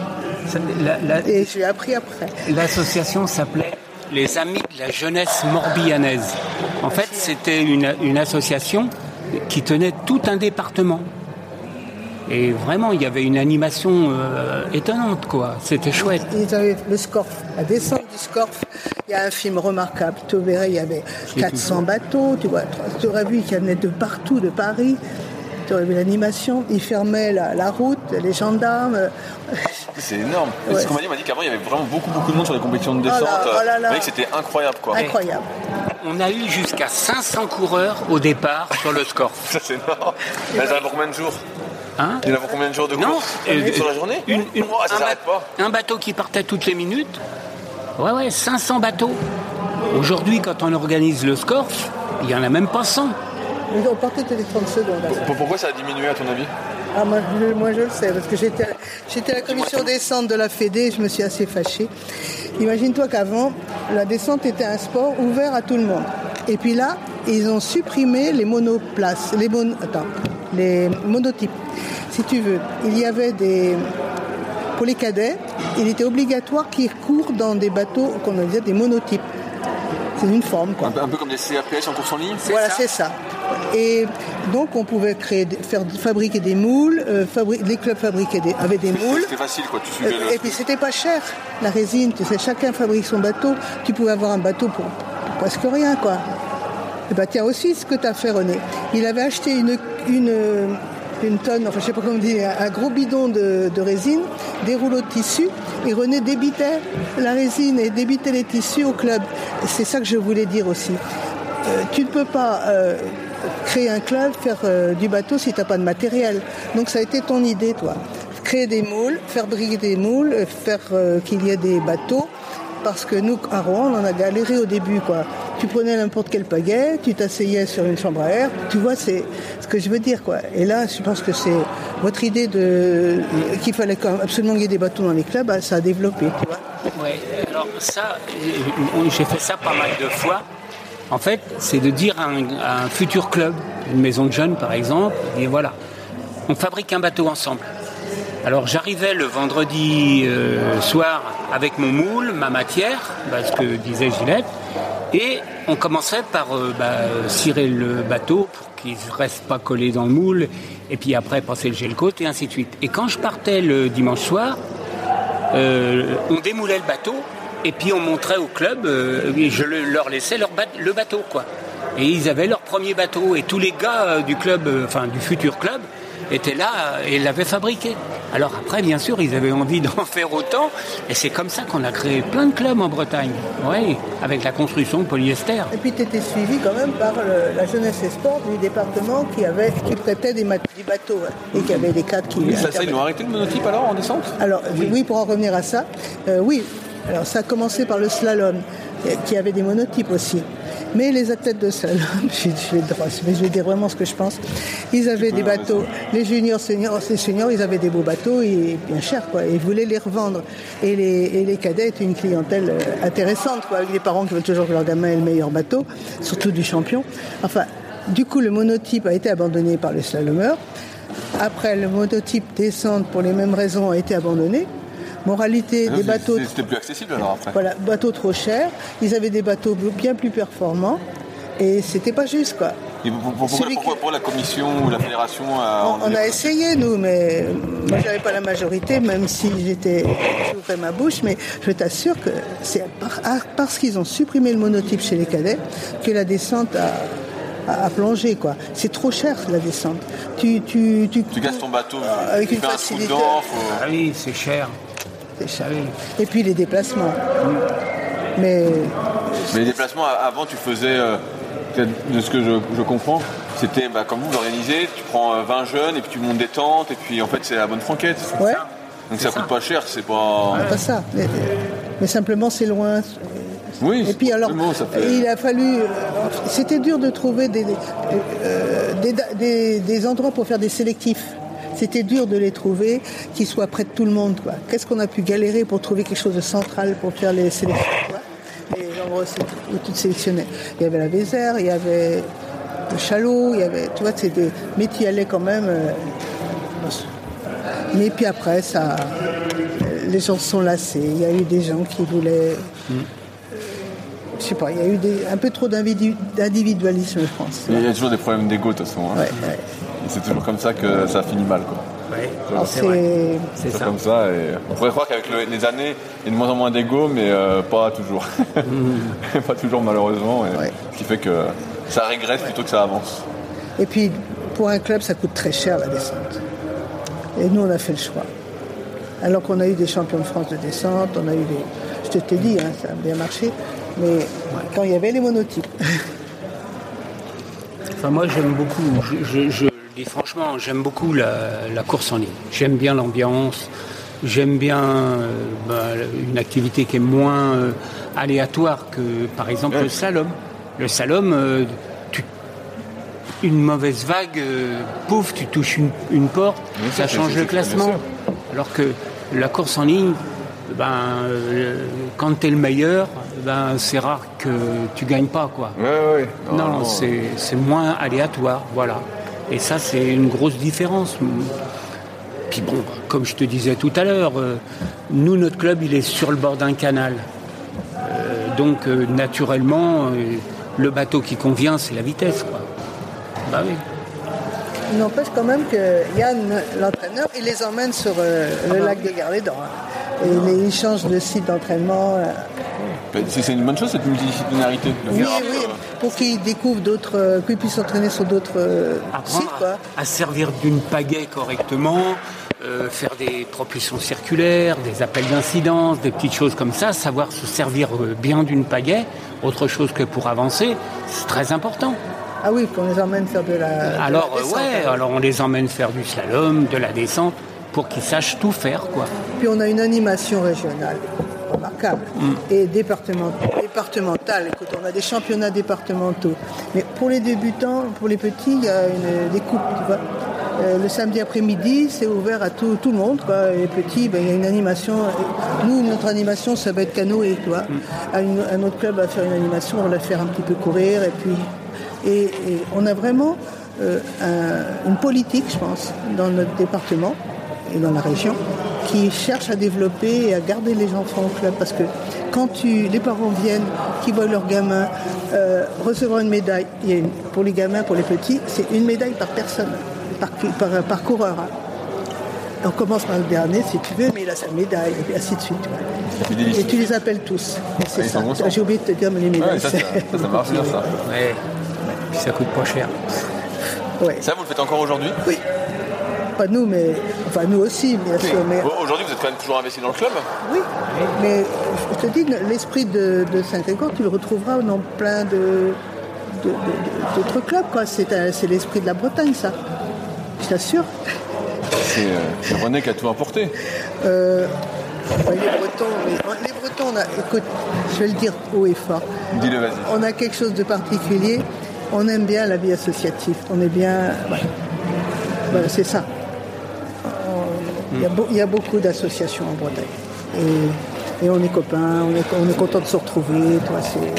Et j'ai appris après.
L'association s'appelait Les Amis de la Jeunesse Morbihanaise. En fait, c'était une association qui tenait tout un département. Et vraiment, il y avait une animation étonnante, quoi. C'était chouette.
Ils avaient le Scorff, la descente du Scorff. Il y a un film remarquable. Tu verrais, il y avait 400 bateaux. Tu vois, tu aurais vu qu'il y en avait de partout, de Paris. Tu aurais vu l'animation. Ils fermaient la route, les gendarmes.
C'est énorme. Ouais. Ce qu'on m'a dit qu'avant, il y avait vraiment beaucoup de monde sur les compétitions de descente. Vous voyez que c'était incroyable, quoi.
Incroyable.
on a eu jusqu'à 500 coureurs au départ sur le score.
Ça, c'est énorme. Elles arrivent pour combien de jours? Il y en a pour combien de jours de course? Sur la journée? Ça s'arrête pas.
Un bateau qui partait toutes les minutes. Ouais, 500 bateaux. Aujourd'hui, quand on organise le Scorf, il n'y en a même pas 100.
On partait toutes les 30 secondes.
Pourquoi ça a diminué à ton avis?
Moi je le sais, parce que j'étais à la commission descente de la Fédé, je me suis assez fâchée. Imagine-toi qu'avant, la descente était un sport ouvert à tout le monde. Et puis là, ils ont supprimé les monoplaces, les monotypes. Si tu veux, il y avait pour les cadets, il était obligatoire qu'ils courent dans des bateaux qu'on disait des monotypes. C'est une forme, quoi.
Un peu comme des CAPS en course en ligne?
Voilà, c'est ça. Et donc on pouvait fabriquer des moules, les clubs avaient des moules.
C'était facile, quoi. Tu suivais
et puis c'était pas cher, la résine. Tu sais, chacun fabrique son bateau. Tu pouvais avoir un bateau pour presque rien, quoi. Et bah tiens aussi ce que tu as fait, René. Il avait acheté une tonne, enfin je sais pas comment dire, un gros bidon de résine, des rouleaux de tissu, et René débitait la résine et débitait les tissus au club. C'est ça que je voulais dire aussi. Tu ne peux pas créer un club, faire du bateau si tu n'as pas de matériel. Donc ça a été ton idée, toi. Créer des moules, faire briller des moules, faire qu'il y ait des bateaux. Parce que nous, à Rouen, on en a galéré au début, quoi. Tu prenais n'importe quel pagaie, tu t'asseyais sur une chambre à air. Tu vois, c'est ce que je veux dire, quoi. Et là, je pense que c'est votre idée qu'il fallait quand même absolument qu'il y ait des bateaux dans les clubs, ça a développé, tu vois.
Oui, alors ça, j'ai fait ça pas mal de fois. En fait, c'est de dire à un futur club, une maison de jeunes par exemple, et voilà, on fabrique un bateau ensemble. Alors j'arrivais le vendredi soir avec mon moule, ma matière, ce que disait Gillette, et on commençait par cirer le bateau pour qu'il ne reste pas collé dans le moule, et puis après passer le gel-coat et ainsi de suite. Et quand je partais le dimanche soir, on démoulait le bateau, et puis on montrait au club, et je leur laissais le bateau, quoi. Et ils avaient leur premier bateau, et tous les gars du club, du futur club, étaient là et l'avaient fabriqué. Alors après, bien sûr, ils avaient envie d'en faire autant, et c'est comme ça qu'on a créé plein de clubs en Bretagne, oui, avec la construction de polyester.
Et puis tu étais suivi quand même par la jeunesse et sport du département qui prêtait des bateaux, et qui avait des cadres qui...
Oui, ça, ils ont arrêté le monotype alors en descente?
Alors oui, pour en revenir à ça, oui. Alors ça a commencé par le slalom, qui avait des monotypes aussi. Mais les athlètes de slalom, je vais dire vraiment ce que je pense, ils avaient des bateaux, les juniors, seniors, ils avaient des beaux bateaux et bien chers, quoi. Ils voulaient les revendre. Et les cadets étaient une clientèle intéressante, quoi, avec des parents qui veulent toujours que leur gamin ait le meilleur bateau, surtout du champion. Enfin, du coup, le monotype a été abandonné par les slalomeurs. Après, le monotype descente, pour les mêmes raisons, a été abandonné. Moralité, des bateaux...
C'était plus accessible alors après.
Voilà, bateaux trop chers. Ils avaient des bateaux bien plus performants. Et c'était pas juste, quoi.
Et pourquoi la commission ou la fédération
on a essayé, nous, mais moi, j'avais pas la majorité, même si j'ouvrais ma bouche. Mais je t'assure que c'est parce qu'ils ont supprimé le monotype chez les cadets que la descente a plongé, quoi. C'est trop cher, la descente. Tu
casses ton bateau
avec une facilité.
Ah oui, c'est cher.
Et puis les déplacements. Mais
les déplacements, avant, tu faisais, de ce que je comprends, c'était comme vous organisez, tu prends 20 jeunes et puis tu montes des tentes et puis en fait c'est la bonne franquette.
Ouais.
Donc ça coûte pas cher, c'est pas...
Pas ça. Mais simplement c'est loin.
Oui,
et puis alors, il a fallu... C'était dur de trouver des endroits pour faire des sélectifs. C'était dur de les trouver, qu'ils soient près de tout le monde, quoi. Qu'est-ce qu'on a pu galérer pour trouver quelque chose de central pour faire les sélections, quoi. Les endroits où tu te sélectionnais. Il y avait la Vézère, il y avait le Chalot, il y avait... Tu vois, mais tu y allais quand même... Mais puis après, les gens se sont lassés. Il y a eu des gens qui voulaient... je sais pas, il y a eu un peu trop d'individualisme, je pense.
Il y a toujours des problèmes d'ego, de toute façon. Hein.
Ouais.
Et c'est toujours comme ça que ça finit mal, quoi.
Ouais.
C'est ça. Comme ça. Et on pourrait croire qu'avec les années, il y a de moins en moins d'ego, mais pas toujours. Pas toujours, malheureusement. Ce qui fait que ça régresse plutôt que ça avance.
Et puis, pour un club, ça coûte très cher, la descente. Et nous, on a fait le choix. Alors qu'on a eu des champions de France de descente, on a eu je t'ai dit, ça a bien marché. Mais quand il y avait les monotypes.
Enfin, moi, j'aime beaucoup, je dis franchement, j'aime beaucoup la course en ligne. J'aime bien l'ambiance, j'aime bien une activité qui est moins aléatoire que, par exemple, le slalom. Le slalom, une mauvaise vague, pouf, tu touches une porte, ça change le classement. Alors que la course en ligne, quand tu es le meilleur, c'est rare que tu gagnes pas, quoi.
Ouais.
Non, c'est moins aléatoire, voilà. Et ça, c'est une grosse différence. Puis bon, comme je te disais tout à l'heure, nous, notre club, il est sur le bord d'un canal. Donc, naturellement, le bateau qui convient, c'est la vitesse, quoi. Bah oui.
Il n'empêche quand même que Yann, l'entraîneur, il les emmène sur le lac des Gardés-Dents. Et il change de site d'entraînement.
C'est une bonne chose, cette multidisciplinarité.
Oui, pour qu'ils découvrent d'autres, qu'ils puissent s'entraîner sur d'autres sites. Quoi.
À servir d'une pagaie correctement, faire des propulsions circulaires, des appels d'incidence, des petites choses comme ça, savoir se servir bien d'une pagaie, autre chose que pour avancer, c'est très important.
Ah oui, qu'on les emmène faire de la descente.
Alors on les emmène faire du slalom, de la descente, pour qu'ils sachent tout faire, quoi.
Puis on a une animation régionale remarquable et départementale. Écoute, on a des championnats départementaux. Mais pour les débutants, pour les petits, il y a des coupes, tu vois. Le samedi après-midi, c'est ouvert à tout le monde, quoi. Les petits, il y a une animation. Nous, notre animation, ça va être canoë, tu vois. Un autre club va faire une animation, on va la faire un petit peu courir, et on a vraiment une politique, je pense, dans notre département et dans la région, qui cherche à développer et à garder les enfants au club. Parce que quand les parents viennent, qui voient leurs gamins recevoir une médaille, pour les gamins, pour les petits, c'est une médaille par personne, par coureur. Hein. On commence par le dernier, si tu veux, mais il a sa médaille, et ainsi de suite. Ouais. Et tu les appelles tous. Et c'est ça. J'ai oublié de te dire, mais les médailles.
Ça marche bien, ça.
Ouais. Puis ça coûte pas cher.
Ouais.
Ça, vous le faites encore aujourd'hui ?
Oui. Pas nous, mais... Enfin, nous aussi, bien sûr. Mais...
Aujourd'hui, vous êtes quand même toujours investi dans le club ?
Oui. Mais je te dis, l'esprit de Saint-Grégoire, tu le retrouveras dans plein d'autres clubs, quoi. C'est l'esprit de la Bretagne, ça. Je t'assure.
C'est René qui a tout importé.
Les Bretons, écoute, je vais le dire haut et fort.
Dis-le, vas-y.
On a quelque chose de particulier. On aime bien la vie associative. On est bien... Voilà, c'est ça. Il y a beaucoup d'associations en Bretagne. Et on est copains, on est content de se retrouver. Toi,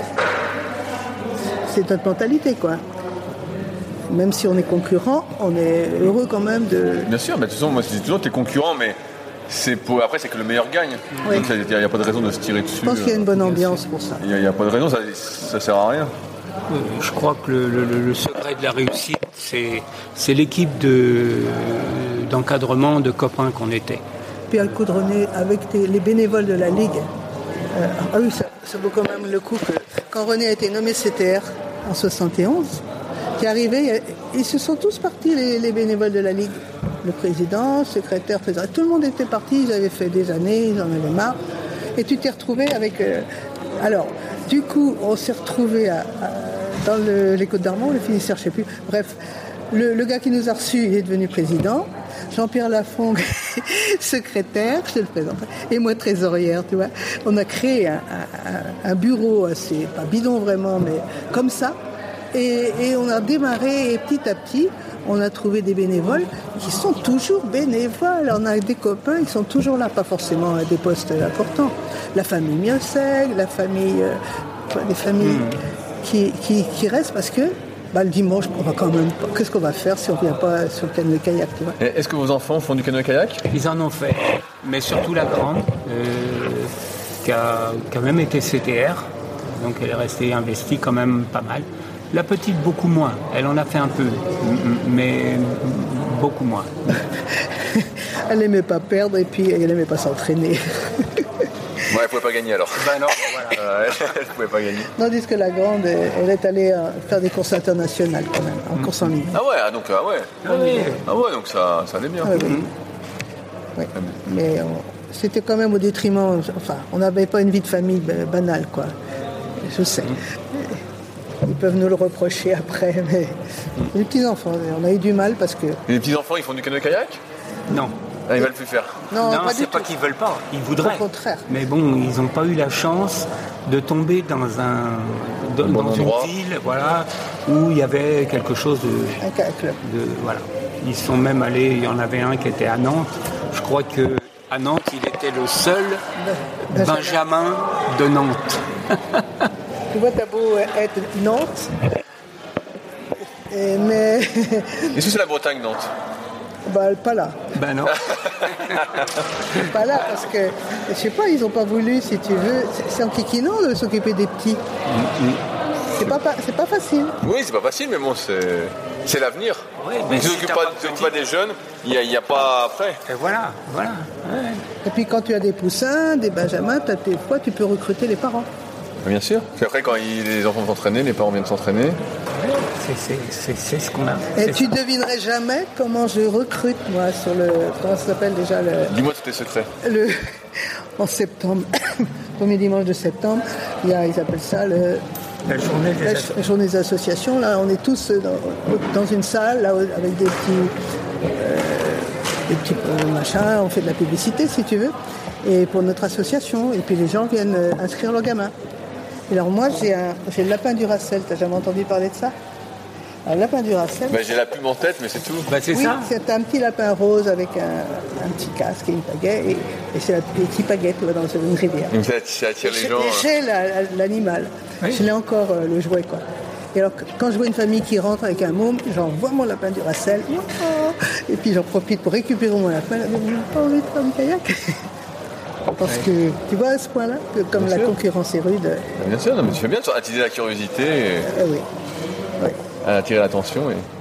c'est notre mentalité, quoi. Même si on est concurrents, on est heureux quand même de...
Bien sûr, mais de toute façon, moi je dis toujours que tu es concurrent, mais après c'est que le meilleur gagne.
Oui.
Donc il n'y a pas de raison de se tirer dessus.
Je pense qu'il y a une bonne ambiance pour ça.
Il n'y a pas de raison, ça sert à rien.
Je crois que le secret de la réussite, c'est l'équipe d'encadrement de copains qu'on était.
Puis un coup de René, avec les bénévoles de la Ligue, ça vaut quand même le coup que quand René a été nommé CTR en 71, qui est arrivé, ils se sont tous partis, les bénévoles de la Ligue. Le président, le secrétaire, tout le monde était parti, ils avaient fait des années, ils en avaient marre. Et tu t'es retrouvé avec... Alors, du coup, on s'est retrouvé dans les Côtes-d'Armor, le finisseur, je ne sais plus. Bref, le gars qui nous a reçus, il est devenu président. Jean-Pierre Lafong, secrétaire, je te le présente, et moi trésorière, tu vois. On a créé un bureau assez, pas bidon vraiment, mais comme ça. Et on a démarré, et petit à petit, on a trouvé des bénévoles qui sont toujours bénévoles. On a des copains qui sont toujours là, pas forcément à des postes importants. La famille Mioseg, les familles qui restent parce que le dimanche, on va quand même pas. Qu'est-ce qu'on va faire si on ne vient pas sur le canoë-kayak, tu vois ?
Est-ce que vos enfants font du canoë-kayak ?
Ils en ont fait, mais surtout la grande, qui a quand même été CTR, donc elle est restée investie quand même pas mal. La petite, beaucoup moins. Elle en a fait un peu, mais beaucoup moins.
Elle n'aimait pas perdre et puis elle n'aimait pas s'entraîner.
Ouais, elle ne pouvait pas gagner alors.
Non, voilà.
Elle ne pouvait pas gagner.
Tandis que la grande, elle est allée faire des courses internationales quand même, en course en ligne.
Donc ça allait bien.
Oui. Mais c'était quand même au détriment... Enfin, on n'avait pas une vie de famille banale, quoi. je sais. Ils peuvent nous le reprocher après, mais les petits-enfants, on a eu du mal parce que...
Et les petits-enfants, ils font du canoë-kayak ?
Non.
Ah, ils veulent plus faire.
Non,
pas
c'est pas qu'ils veulent pas, ils voudraient.
Au contraire.
Mais bon, ils n'ont pas eu la chance de tomber dans dans une ville, voilà, où il y avait quelque chose
Un kayak club.
voilà. Ils sont même allés, il y en avait un qui était à Nantes. Je crois que à Nantes, il était le seul Benjamin de Nantes.
Tu vois, t'as beau être Nantes, mais
Est-ce que c'est la Bretagne, Nantes ?
pas là.
Ben non.
Pas là, parce que, je sais pas, ils n'ont pas voulu, si tu veux. C'est en kikinant de s'occuper des petits. C'est pas facile.
Oui, c'est pas facile, mais bon, c'est l'avenir.
Oui, mais
si tu
si
t'occupes pas des jeunes, il n'y a pas après.
Et voilà. Ouais.
Et puis quand tu as des poussins, des benjamins, des fois tu peux recruter les parents.
Bien sûr. Puis après, quand les enfants vont s'entraîner, les parents viennent s'entraîner.
C'est ce qu'on a.
Et tu devinerais jamais comment je recrute, moi, sur le... Comment ça s'appelle déjà le...
Dis-moi tous tes secrets.
En septembre, premier dimanche de septembre, ils appellent ça
La
journée des associations. Là, on est tous dans une salle là, avec des petits machins, on fait de la publicité si tu veux, et pour notre association. Et puis les gens viennent inscrire leurs gamins. Et alors moi, j'ai le lapin du Racel. T'as jamais entendu parler de ça ? Alors, le lapin du Racel.
J'ai la pub en tête, mais c'est tout.
C'est
Oui,
ça.
c'est un petit lapin rose avec un petit casque et une pagaie. Et c'est la petite pagaie, tu vois, dans une rivière.
Donc ça attire les gens.
J'ai l'animal.
Oui.
Je l'ai encore le jouet, quoi. Et alors, quand je vois une famille qui rentre avec un môme, j'envoie mon lapin du Racel. Et puis j'en profite pour récupérer mon lapin. Je n'ai pas envie de faire du kayak. Parce que, tu vois, à ce point-là, que comme
Bien
la
sûr.
concurrence est rude.
Bien sûr, non, mais tu fais bien de attiser la curiosité,
Oui. Oui.
attirer l'attention.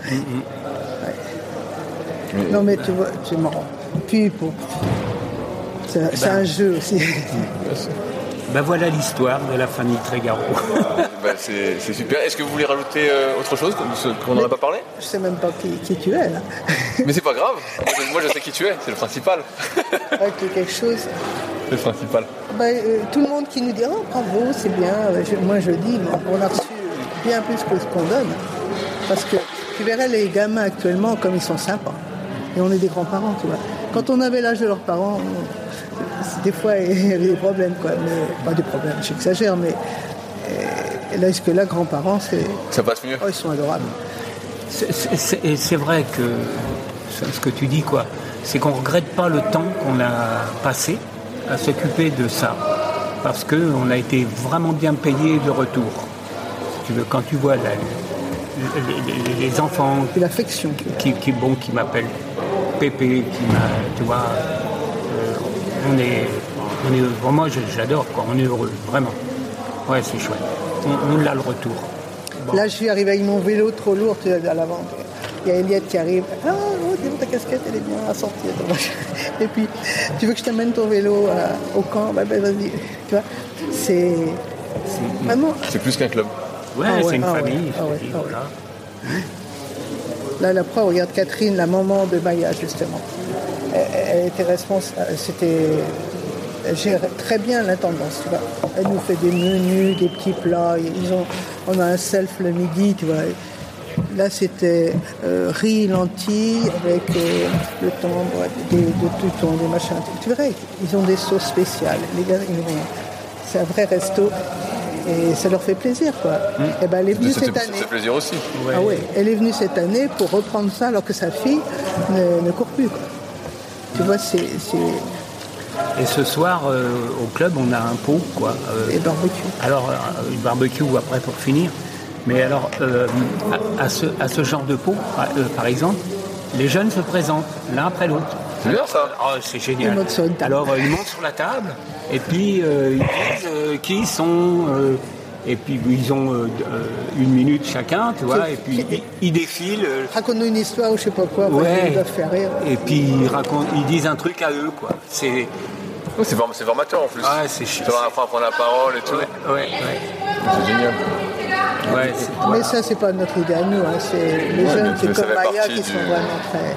Non, mais tu vois, c'est marrant. Puis, c'est un jeu aussi.
Ben voilà l'histoire de la famille Trégaro.
C'est super. Est-ce que vous voulez rajouter autre chose qu'on n'en a pas parlé ?
Je sais même pas qui tu es, là.
Mais c'est pas grave. Moi, je sais qui tu es. C'est le principal.
Quelque chose.
C'est le principal.
Tout le monde qui nous dit « Oh, bravo, c'est bien ». Moi, je dis « On a reçu bien plus que ce qu'on donne ». Parce que tu verrais les gamins actuellement comme ils sont sympas. Et on est des grands-parents, tu vois. Quand on avait l'âge de leurs parents, des fois, il y avait des problèmes, quoi. Mais, pas des problèmes, j'exagère, mais... Et là, est-ce que là, grands-parents,
ça passe mieux.
Oh, ils sont adorables.
C'est vrai que ce que tu dis, quoi, c'est qu'on ne regrette pas le temps qu'on a passé à s'occuper de ça. Parce qu'on a été vraiment bien payé de retour. Si tu veux, quand tu vois les enfants
et l'affection
qui m'appellent Pépé, tu vois, on est vraiment, j'adore, quoi, on est heureux, vraiment. Ouais, c'est chouette. On a le retour. Bon.
Là, je suis arrivé avec mon vélo trop lourd à l'avant. Il y a Eliette qui arrive. Ah, oh, dis donc, ta casquette, elle est bien assortie. Et puis, tu veux que je t'amène ton vélo au camp ? Vas-y. Tu vois, c'est vraiment...
C'est plus qu'un club.
Ouais, c'est une famille. Voilà.
Là, la preuve, regarde Catherine, la maman de Maya, justement. Elle était responsable. Elle gère très bien l'intendance, tu vois. Elle nous fait des menus, des petits plats. On a un self le midi, tu vois. Là, c'était riz, lentilles, avec le thon, de tout des machins. Tu verrais, ils ont des sauces spéciales. Les gars, c'est un vrai resto. Et ça leur fait plaisir, quoi. Et elle est venue cette année.
Ça fait plaisir aussi.
Ouais.
Ah ouais, elle est venue cette année pour reprendre ça alors que sa fille ne court plus, quoi. Tu vois, c'est...
Et ce soir, au club, on a un pot, quoi.
Et barbecue.
Alors, barbecue après pour finir. Mais alors, à ce genre de pot, par exemple, les jeunes se présentent l'un après l'autre.
C'est bien ça.
Oh, c'est génial.
Ils montent sur une table.
Alors, ils montent sur la table, et puis ils disent qui ils sont. Et puis ils ont 1 minute chacun, tu vois, et puis ils défilent.
Raconte-nous une histoire ou je sais pas quoi,
ouais.
Ils doivent faire rire.
Et puis ils disent un truc à eux, quoi. C'est
formateur en plus.
Ouais, c'est chiant.
Tu vas apprendre à prendre la parole et tout.
Ouais.
C'est génial.
Ouais,
Mais ça, c'est pas notre idée à nous. Hein. C'est les jeunes qui, comme Maya, qui sont vraiment très...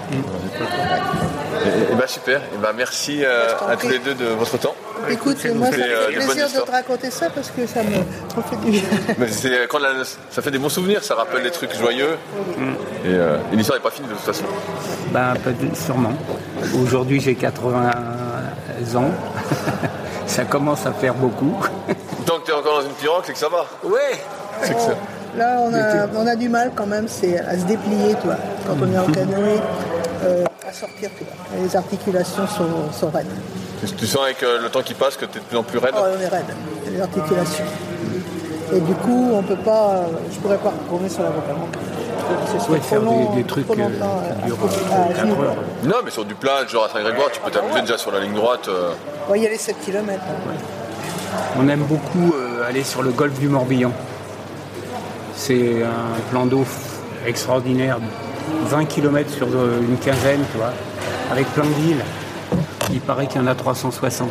Super. Merci à tous les deux de votre temps.
Écoute, moi, ça me fait plaisir de te raconter ça parce que ça me fait du bien.
Mais ça fait des bons souvenirs, ça rappelle des trucs joyeux. Et l'histoire n'est pas finie de toute façon.
Sûrement. Aujourd'hui, j'ai 80 ans. Ça commence à faire beaucoup.
Tant que tu es encore dans une pirogue, c'est que ça va.
Ouais.
C'est que ça.
Là, on a du mal quand même, c'est à se déplier, toi. Quand on est en canoë, à sortir, tu vois. Les articulations sont raides.
Tu sens avec le temps qui passe que tu es de plus en plus raide?
Oh, on est raide, les articulations. Et du coup, on peut pas. Je pourrais pas retourner sur la route avant.
Faire des trucs qui durent 4 heures.
Non, mais sur du plat, genre à Saint-Grégoire, tu peux t'amuser déjà sur la ligne droite.
Il y a les 7 km.
Ouais. On aime beaucoup aller sur le golfe du Morbihan. C'est un plan d'eau extraordinaire. 20 km sur une quinzaine, tu vois, avec plein de villes. Il paraît qu'il y en a 360.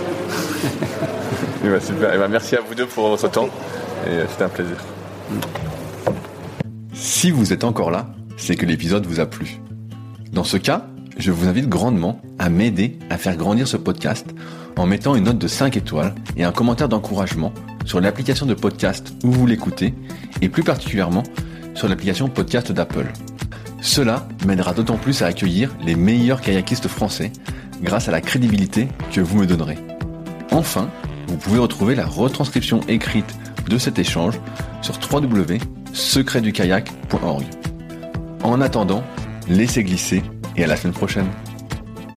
Super. Merci à vous deux pour votre temps. Et c'était un plaisir.
Si vous êtes encore là, c'est que l'épisode vous a plu. Dans ce cas, je vous invite grandement à m'aider à faire grandir ce podcast en mettant une note de 5 étoiles et un commentaire d'encouragement sur l'application de podcast où vous l'écoutez et plus particulièrement sur l'application podcast d'Apple. Cela m'aidera d'autant plus à accueillir les meilleurs kayakistes français grâce à la crédibilité que vous me donnerez. Enfin, vous pouvez retrouver la retranscription écrite de cet échange sur www.secretdukayak.org. En attendant, laissez glisser et à la semaine prochaine.